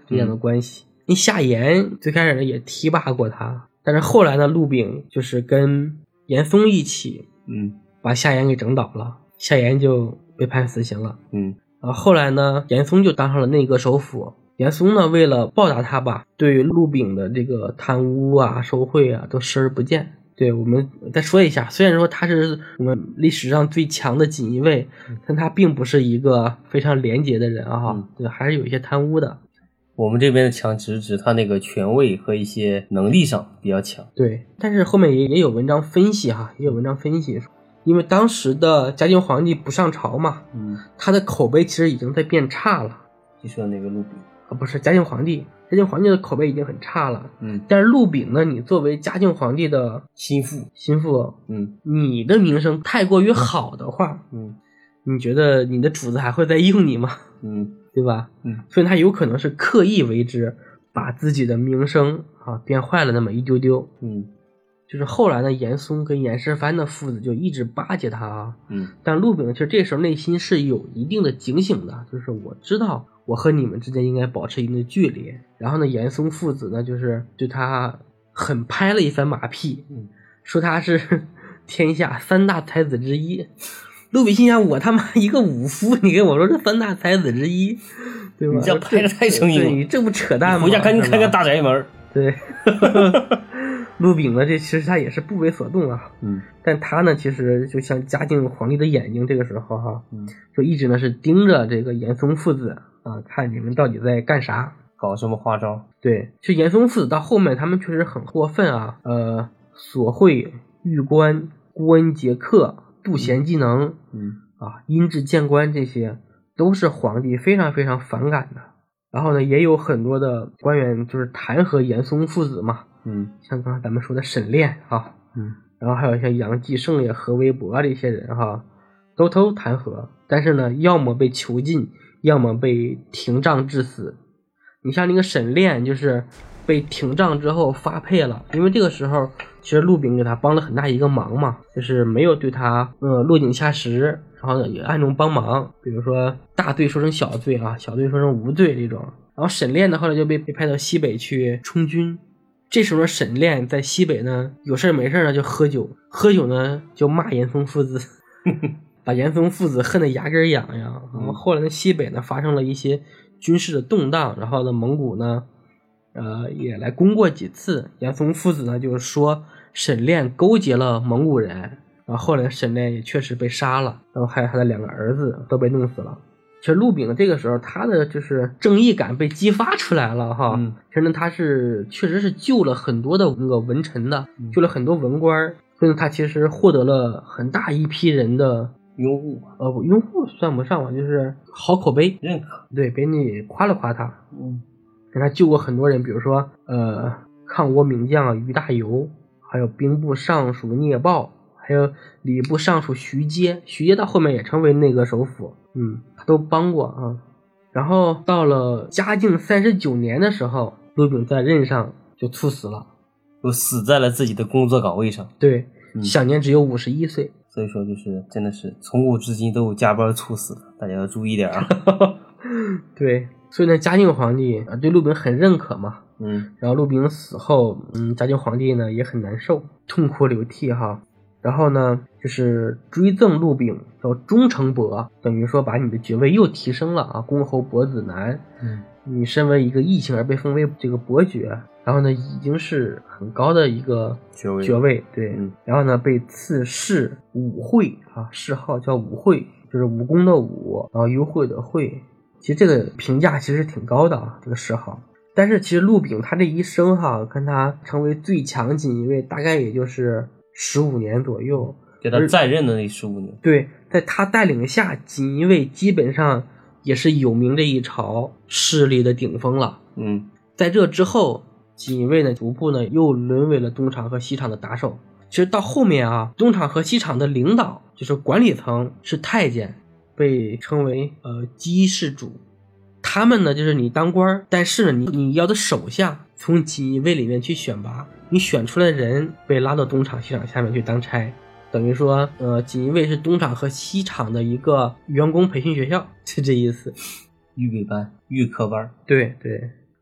Speaker 2: 这样的关系。你、嗯、夏言最开始呢也提拔过他，但是后来呢，陆炳就是跟严嵩一起，
Speaker 1: 嗯，
Speaker 2: 把夏言给整倒了，夏言就被判死刑了。
Speaker 1: 嗯，
Speaker 2: 啊，后来呢，严嵩就当上了内阁首辅。严嵩呢，为了报答他吧，对陆炳的这个贪污啊、受贿啊，都视而不见。对，我们再说一下，虽然说他是我们历史上最强的锦衣卫，但他并不是一个非常廉洁的人啊，
Speaker 1: 嗯、
Speaker 2: 对，还是有一些贪污的。
Speaker 1: 我们这边的强只是指他那个权位和一些能力上比较强。
Speaker 2: 对，但是后面也也有文章分析哈，也有文章分析说，因为当时的嘉靖皇帝不上朝嘛，
Speaker 1: 嗯，
Speaker 2: 他的口碑其实已经在变差了。
Speaker 1: 就说那个陆炳
Speaker 2: 啊，不是嘉靖皇帝，嘉靖皇帝的口碑已经很差了。
Speaker 1: 嗯，
Speaker 2: 但是陆炳呢，你作为嘉靖皇帝的
Speaker 1: 心腹，
Speaker 2: 心腹，
Speaker 1: 嗯，
Speaker 2: 你的名声太过于好的话，
Speaker 1: 嗯，
Speaker 2: 你觉得你的主子还会再用你吗？
Speaker 1: 嗯，
Speaker 2: 对吧？
Speaker 1: 嗯，
Speaker 2: 所以他有可能是刻意为之，把自己的名声啊变坏了那么一丢丢。
Speaker 1: 嗯。
Speaker 2: 就是后来呢，严嵩跟严世蕃的父子就一直巴结他啊，
Speaker 1: 嗯，
Speaker 2: 但陆炳其实这时候内心是有一定的警醒的，就是我知道我和你们之间应该保持一定的距离。然后呢，严嵩父子呢，就是对他很拍了一番马屁，
Speaker 1: 嗯，
Speaker 2: 说他是天下三大才子之一。陆炳心想，我他妈一个武夫，你跟我说这三大才子之一，对吧？
Speaker 1: 你这拍的太生硬了，
Speaker 2: 你这不扯淡吗？
Speaker 1: 回家赶紧开个大宅门。
Speaker 2: 对。陆炳呢，这其实他也是不为所动啊，
Speaker 1: 嗯，
Speaker 2: 但他呢，其实就像嘉靖皇帝的眼睛，这个时候哈，
Speaker 1: 嗯，
Speaker 2: 就一直呢是盯着这个严嵩父子啊，看你们到底在干啥，
Speaker 1: 搞什么花招。
Speaker 2: 对，就严嵩父子到后面他们确实很过分啊，呃，索贿、御官、孤恩节克、不贤技能，
Speaker 1: 嗯，
Speaker 2: 啊，阴质谏官，这些都是皇帝非常非常反感的。然后呢，也有很多的官员就是弹劾严嵩父子嘛。
Speaker 1: 嗯，
Speaker 2: 像刚才咱们说的沈炼啊，
Speaker 1: 嗯，
Speaker 2: 然后还有像杨继盛呀、何微博这些人哈，都都弹劾，但是呢，要么被囚禁，要么被廷杖致死。你像那个沈炼，就是被廷杖之后发配了，因为这个时候其实陆炳给他帮了很大一个忙嘛，就是没有对他呃落井下石，然后呢也暗中帮忙，比如说大罪说成小罪啊，小罪说成无罪这种。然后沈炼呢后来就被被派到西北去充军。这时候沈炼在西北呢，有事没事呢就喝酒，喝酒呢就骂严嵩父子，把严嵩父子恨得牙根痒痒。然后后来呢，西北呢发生了一些军事的动荡，然后呢，蒙古呢，呃也来攻过几次。严嵩父子呢就是说沈炼勾结了蒙古人，然后后来沈炼也确实被杀了，然后还有他的两个儿子都被弄死了。其实陆炳这个时候他的就是正义感被激发出来了哈，
Speaker 1: 嗯，
Speaker 2: 其实呢他是确实是救了很多的那个文臣的，嗯、救了很多文官，所以他其实获得了很大一批人的
Speaker 1: 拥护，
Speaker 2: 呃，拥护算不上吧，就是好口碑，
Speaker 1: 认可，
Speaker 2: 对，别人夸了夸他，
Speaker 1: 嗯，
Speaker 2: 给他救过很多人，比如说呃抗倭名将于大猷，还有兵部尚书聂豹，还有礼部尚书徐阶，徐阶到后面也成为内阁首辅，嗯，他都帮过啊。然后到了嘉靖三十九年的时候，陆炳在任上就猝死了，
Speaker 1: 就死在了自己的工作岗位上。
Speaker 2: 对，
Speaker 1: 嗯、
Speaker 2: 享年只有五十一岁。
Speaker 1: 所以说，就是真的是从古至今都有加班猝死的，大家要注意点啊。
Speaker 2: 对，所以呢，嘉靖皇帝啊对陆炳很认可嘛，
Speaker 1: 嗯，
Speaker 2: 然后陆炳死后，嗯，嘉靖皇帝呢也很难受，痛哭流涕哈。然后呢，就是追赠陆炳叫忠诚伯，等于说把你的爵位又提升了啊，公侯伯子男。
Speaker 1: 嗯，
Speaker 2: 你身为一个异姓而被封为这个伯爵，然后呢，已经是很高的一个
Speaker 1: 爵位，
Speaker 2: 爵位对、
Speaker 1: 嗯。
Speaker 2: 然后呢，被赐谥武惠啊，谥号叫武惠，就是武功的武，然后优惠的惠。其实这个评价其实挺高的啊，这个谥号。但是其实陆炳他这一生哈，跟他成为最强锦衣卫大概也就是十五年左右，
Speaker 1: 给他在任的那十五年。
Speaker 2: 对，在他带领下，锦衣卫基本上也是有名这一朝势力的顶峰了。
Speaker 1: 嗯，
Speaker 2: 在这之后，锦衣卫呢逐步呢又沦为了东厂和西厂的打手。其实到后面啊，东厂和西厂的领导就是管理层是太监，被称为呃机事主。他们呢就是你当官，但是呢你你要的手下从锦衣卫里面去选拔，你选出来的人被拉到东厂西厂下面去当差，等于说呃锦衣卫是东厂和西厂的一个员工培训学校，是这意思。
Speaker 1: 预备班、预科班。
Speaker 2: 对对，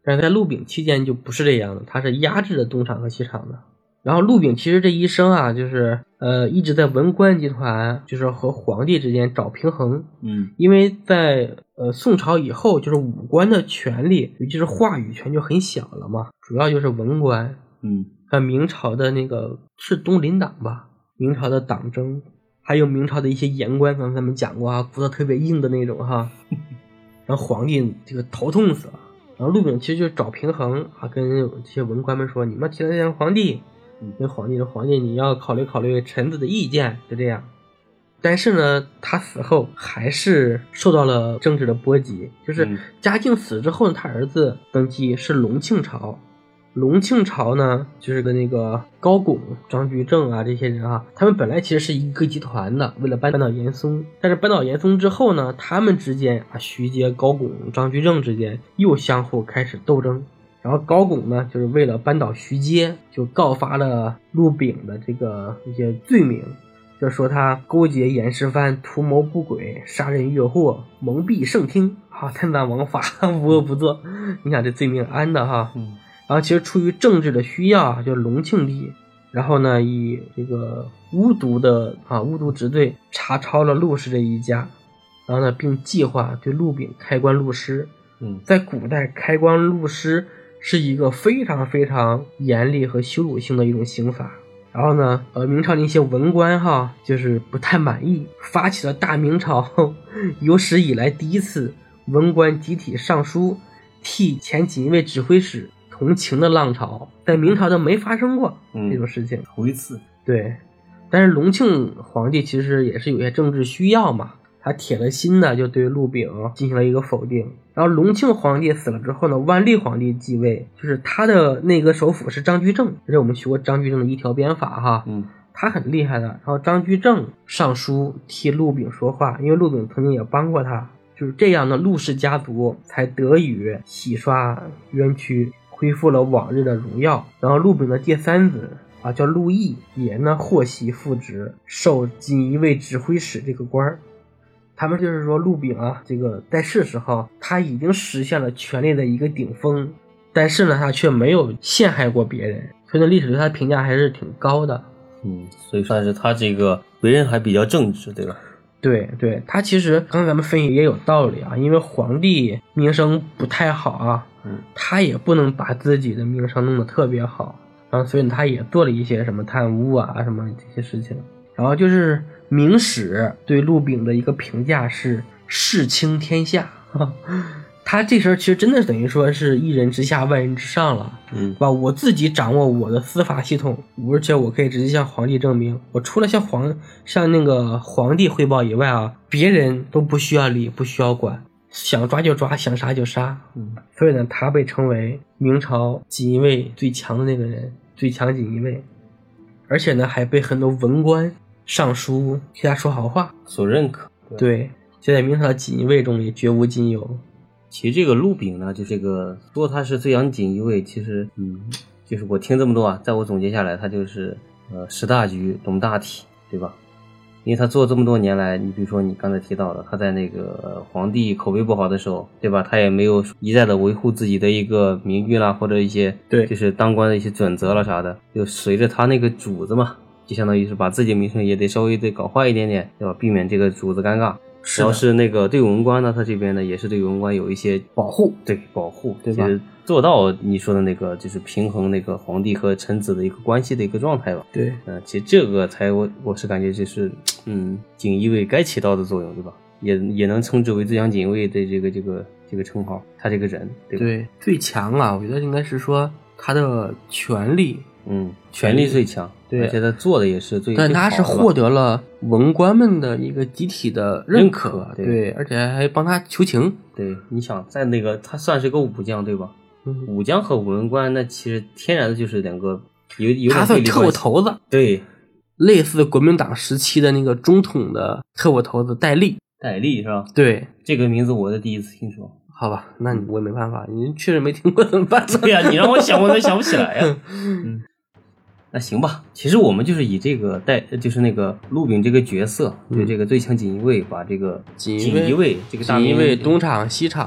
Speaker 2: 但是在陆炳期间就不是这样的，他是压制着东厂和西厂的。然后陆炳其实这一生啊，就是呃一直在文官集团，就是和皇帝之间找平衡。
Speaker 1: 嗯，
Speaker 2: 因为在呃宋朝以后，就是武官的权力，尤其是话语权就很小了嘛，主要就是文官。
Speaker 1: 嗯，
Speaker 2: 像明朝的那个是东林党吧，明朝的党争，还有明朝的一些言官，刚才咱们讲过啊，骨头特别硬的那种哈，然后皇帝这个头痛死了。然后陆炳其实就找平衡啊，跟这些文官们说，你们提了见皇帝。跟皇帝说，皇帝你要考虑考虑臣子的意见，就这样。但是呢，他死后还是受到了政治的波及，就是嘉靖死之后，他儿子登基是隆庆朝。隆庆朝呢，就是跟那个高拱、张居正啊这些人啊，他们本来其实是一个集团的，为了扳倒严嵩。但是扳倒严嵩之后呢，他们之间啊，徐阶、高拱、张居正之间又相互开始斗争。然后高拱呢，就是为了扳倒徐阶，就告发了陆炳的这个一些罪名，就说他勾结严世蕃，图谋不轨，杀人越货，蒙蔽圣听，啊，贪赃枉法，无恶不作。你想这罪名安的哈。
Speaker 1: 嗯。
Speaker 2: 然后其实出于政治的需要啊，就隆庆帝，然后呢以这个巫毒的啊巫毒直队查抄了陆氏这一家，然后呢并计划对陆炳开棺录尸。
Speaker 1: 嗯，
Speaker 2: 在古代开棺录尸是一个非常非常严厉和羞辱性的一种刑法。然后呢，呃，明朝的一些文官哈，就是不太满意，发起了大明朝有史以来第一次文官集体上书替前锦衣卫指挥使同情的浪潮，在明朝都没发生过这种事情，
Speaker 1: 头一次。
Speaker 2: 对，但是隆庆皇帝其实也是有些政治需要嘛。他铁了心的就对陆炳进行了一个否定。然后隆庆皇帝死了之后呢，万历皇帝继位，就是他的内阁首辅是张居正，这是我们学过张居正的一条鞭法哈，
Speaker 1: 嗯，
Speaker 2: 他很厉害的。然后张居正上书替陆炳说话，因为陆炳曾经也帮过他，就是这样的陆氏家族才得以洗刷冤屈，恢复了往日的荣耀。然后陆炳的第三子啊叫陆毅，也呢获悉复职，受锦衣卫指挥使这个官儿。他们就是说陆炳啊，这个在世时候他已经实现了权力的一个顶峰，但是呢他却没有陷害过别人，所以呢历史对他的评价还是挺高的。
Speaker 1: 嗯，所以算是他这个为人还比较正直，对吧？
Speaker 2: 对对，他其实刚才咱们分析也有道理啊，因为皇帝名声不太好啊，
Speaker 1: 嗯，
Speaker 2: 他也不能把自己的名声弄得特别好，然后所以他也做了一些什么贪污啊什么这些事情。然后就是明史对陆炳的一个评价是世倾天下，他这时候其实真的等于说是一人之下万人之上了，
Speaker 1: 嗯，
Speaker 2: 吧？我自己掌握我的司法系统，而且我可以直接向皇帝证明，我除了向皇向那个皇帝汇报以外啊，别人都不需要理，不需要管，想抓就抓，想杀就杀。
Speaker 1: 嗯，
Speaker 2: 所以呢，他被称为明朝锦衣卫最强的那个人，最强锦衣卫，而且呢，还被很多文官上书替他说好话，
Speaker 1: 所认可。
Speaker 2: 对，对，就在明朝的锦衣卫中也绝无仅有。
Speaker 1: 其实这个陆炳呢，就这个说他是最强锦衣卫，其实嗯，就是我听这么多啊，在我总结下来，他就是呃识大局、懂大体，对吧？因为他做这么多年来，你比如说你刚才提到的，他在那个皇帝口碑不好的时候，对吧？他也没有一再的维护自己的一个名誉啦，或者一些
Speaker 2: 对，
Speaker 1: 就是当官的一些准则了啥的，就随着他那个主子嘛，就相当于是把自己的名声也得稍微得搞坏一点点，对吧？避免这个主子尴尬。然后是那个对文官呢，他这边呢也是对文官有一些
Speaker 2: 保护，
Speaker 1: 对保护，
Speaker 2: 对吧？
Speaker 1: 做到你说的那个就是平衡那个皇帝和臣子的一个关系的一个状态吧。
Speaker 2: 对，
Speaker 1: 嗯、呃，其实这个才我我是感觉就是嗯锦衣卫该起到的作用，对吧？也也能称之为最强锦衣卫的这个这个这个称号，他这个人，对吧？
Speaker 2: 对，最强啊，我觉得应该是说他的权力。
Speaker 1: 嗯，权力最强，
Speaker 2: 对，
Speaker 1: 而且他做的也是最，
Speaker 2: 但他是获得了文官们的一个集体的认可，
Speaker 1: 认可对,
Speaker 2: 对，而且还帮他求情。
Speaker 1: 对，你想在那个他算是个武将，对吧？
Speaker 2: 嗯，
Speaker 1: 武将和文官那其实天然的就是两个有有
Speaker 2: 他算特务头子，
Speaker 1: 对，
Speaker 2: 类似国民党时期的那个中统的特务头子戴笠，
Speaker 1: 戴笠是吧？
Speaker 2: 对，
Speaker 1: 这个名字我是第一次听说。
Speaker 2: 好吧，那我也没办法，你确实没听过怎么办？
Speaker 1: 对呀、啊，你让我想我都想不起来呀。嗯。那行吧，其实我们就是以这个带，就是那个陆炳这个角色，对、嗯、这个最强锦衣卫，把这个锦衣卫这个大
Speaker 2: 锦衣卫东厂西厂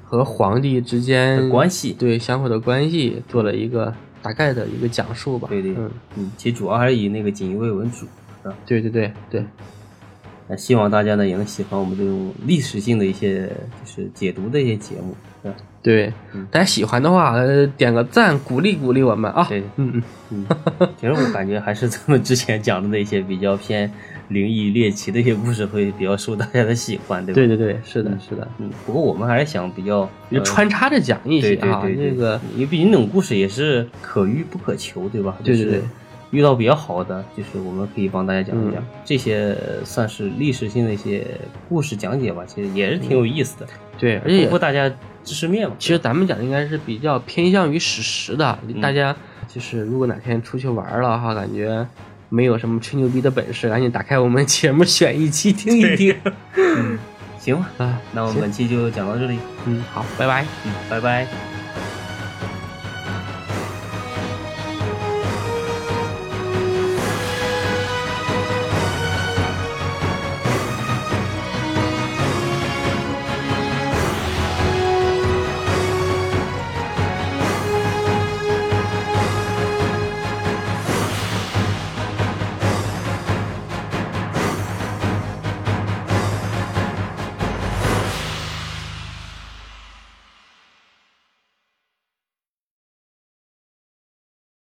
Speaker 2: 和皇帝之间
Speaker 1: 的关系，
Speaker 2: 对相互的关系做了一个大概的一个讲述吧。
Speaker 1: 对对，
Speaker 2: 嗯
Speaker 1: 嗯，其实主要还是以那个锦衣卫为主，是吧？
Speaker 2: 对对对对。
Speaker 1: 那希望大家呢也能喜欢我们这种历史性的一些就是解读的一些节目，是吧？
Speaker 2: 对，
Speaker 1: 嗯
Speaker 2: 大家喜欢的话，呃点个赞，鼓励鼓励我们啊。
Speaker 1: 对，
Speaker 2: 嗯嗯
Speaker 1: 嗯，其实我感觉还是咱们之前讲的那些比较偏灵异猎奇的一些故事会比较受大家的喜欢，对吧？
Speaker 2: 对对对，是的，
Speaker 1: 嗯
Speaker 2: 是的。
Speaker 1: 嗯，不过我们还是想比较
Speaker 2: 就穿插着讲一些啊，
Speaker 1: 对对对对
Speaker 2: 这个
Speaker 1: 因为毕竟那种故事也是可遇不可求，对吧？
Speaker 2: 对对对，
Speaker 1: 就是遇到比较好的，就是我们可以帮大家讲一讲，
Speaker 2: 嗯
Speaker 1: 这些算是历史性的一些故事讲解吧，其实也是挺有意思的，
Speaker 2: 对，而且
Speaker 1: 丰富大家知识面嘛。
Speaker 2: 其实咱们讲的应该是比较偏向于史实的，
Speaker 1: 嗯
Speaker 2: 大家就是如果哪天出去玩了哈，感觉没有什么吹牛逼的本事，赶紧打开我们节目选一期听一听。
Speaker 1: 嗯，行吧，
Speaker 2: 啊，
Speaker 1: 那我们本期就讲到这里，
Speaker 2: 嗯，好，拜拜。
Speaker 1: 嗯，拜拜。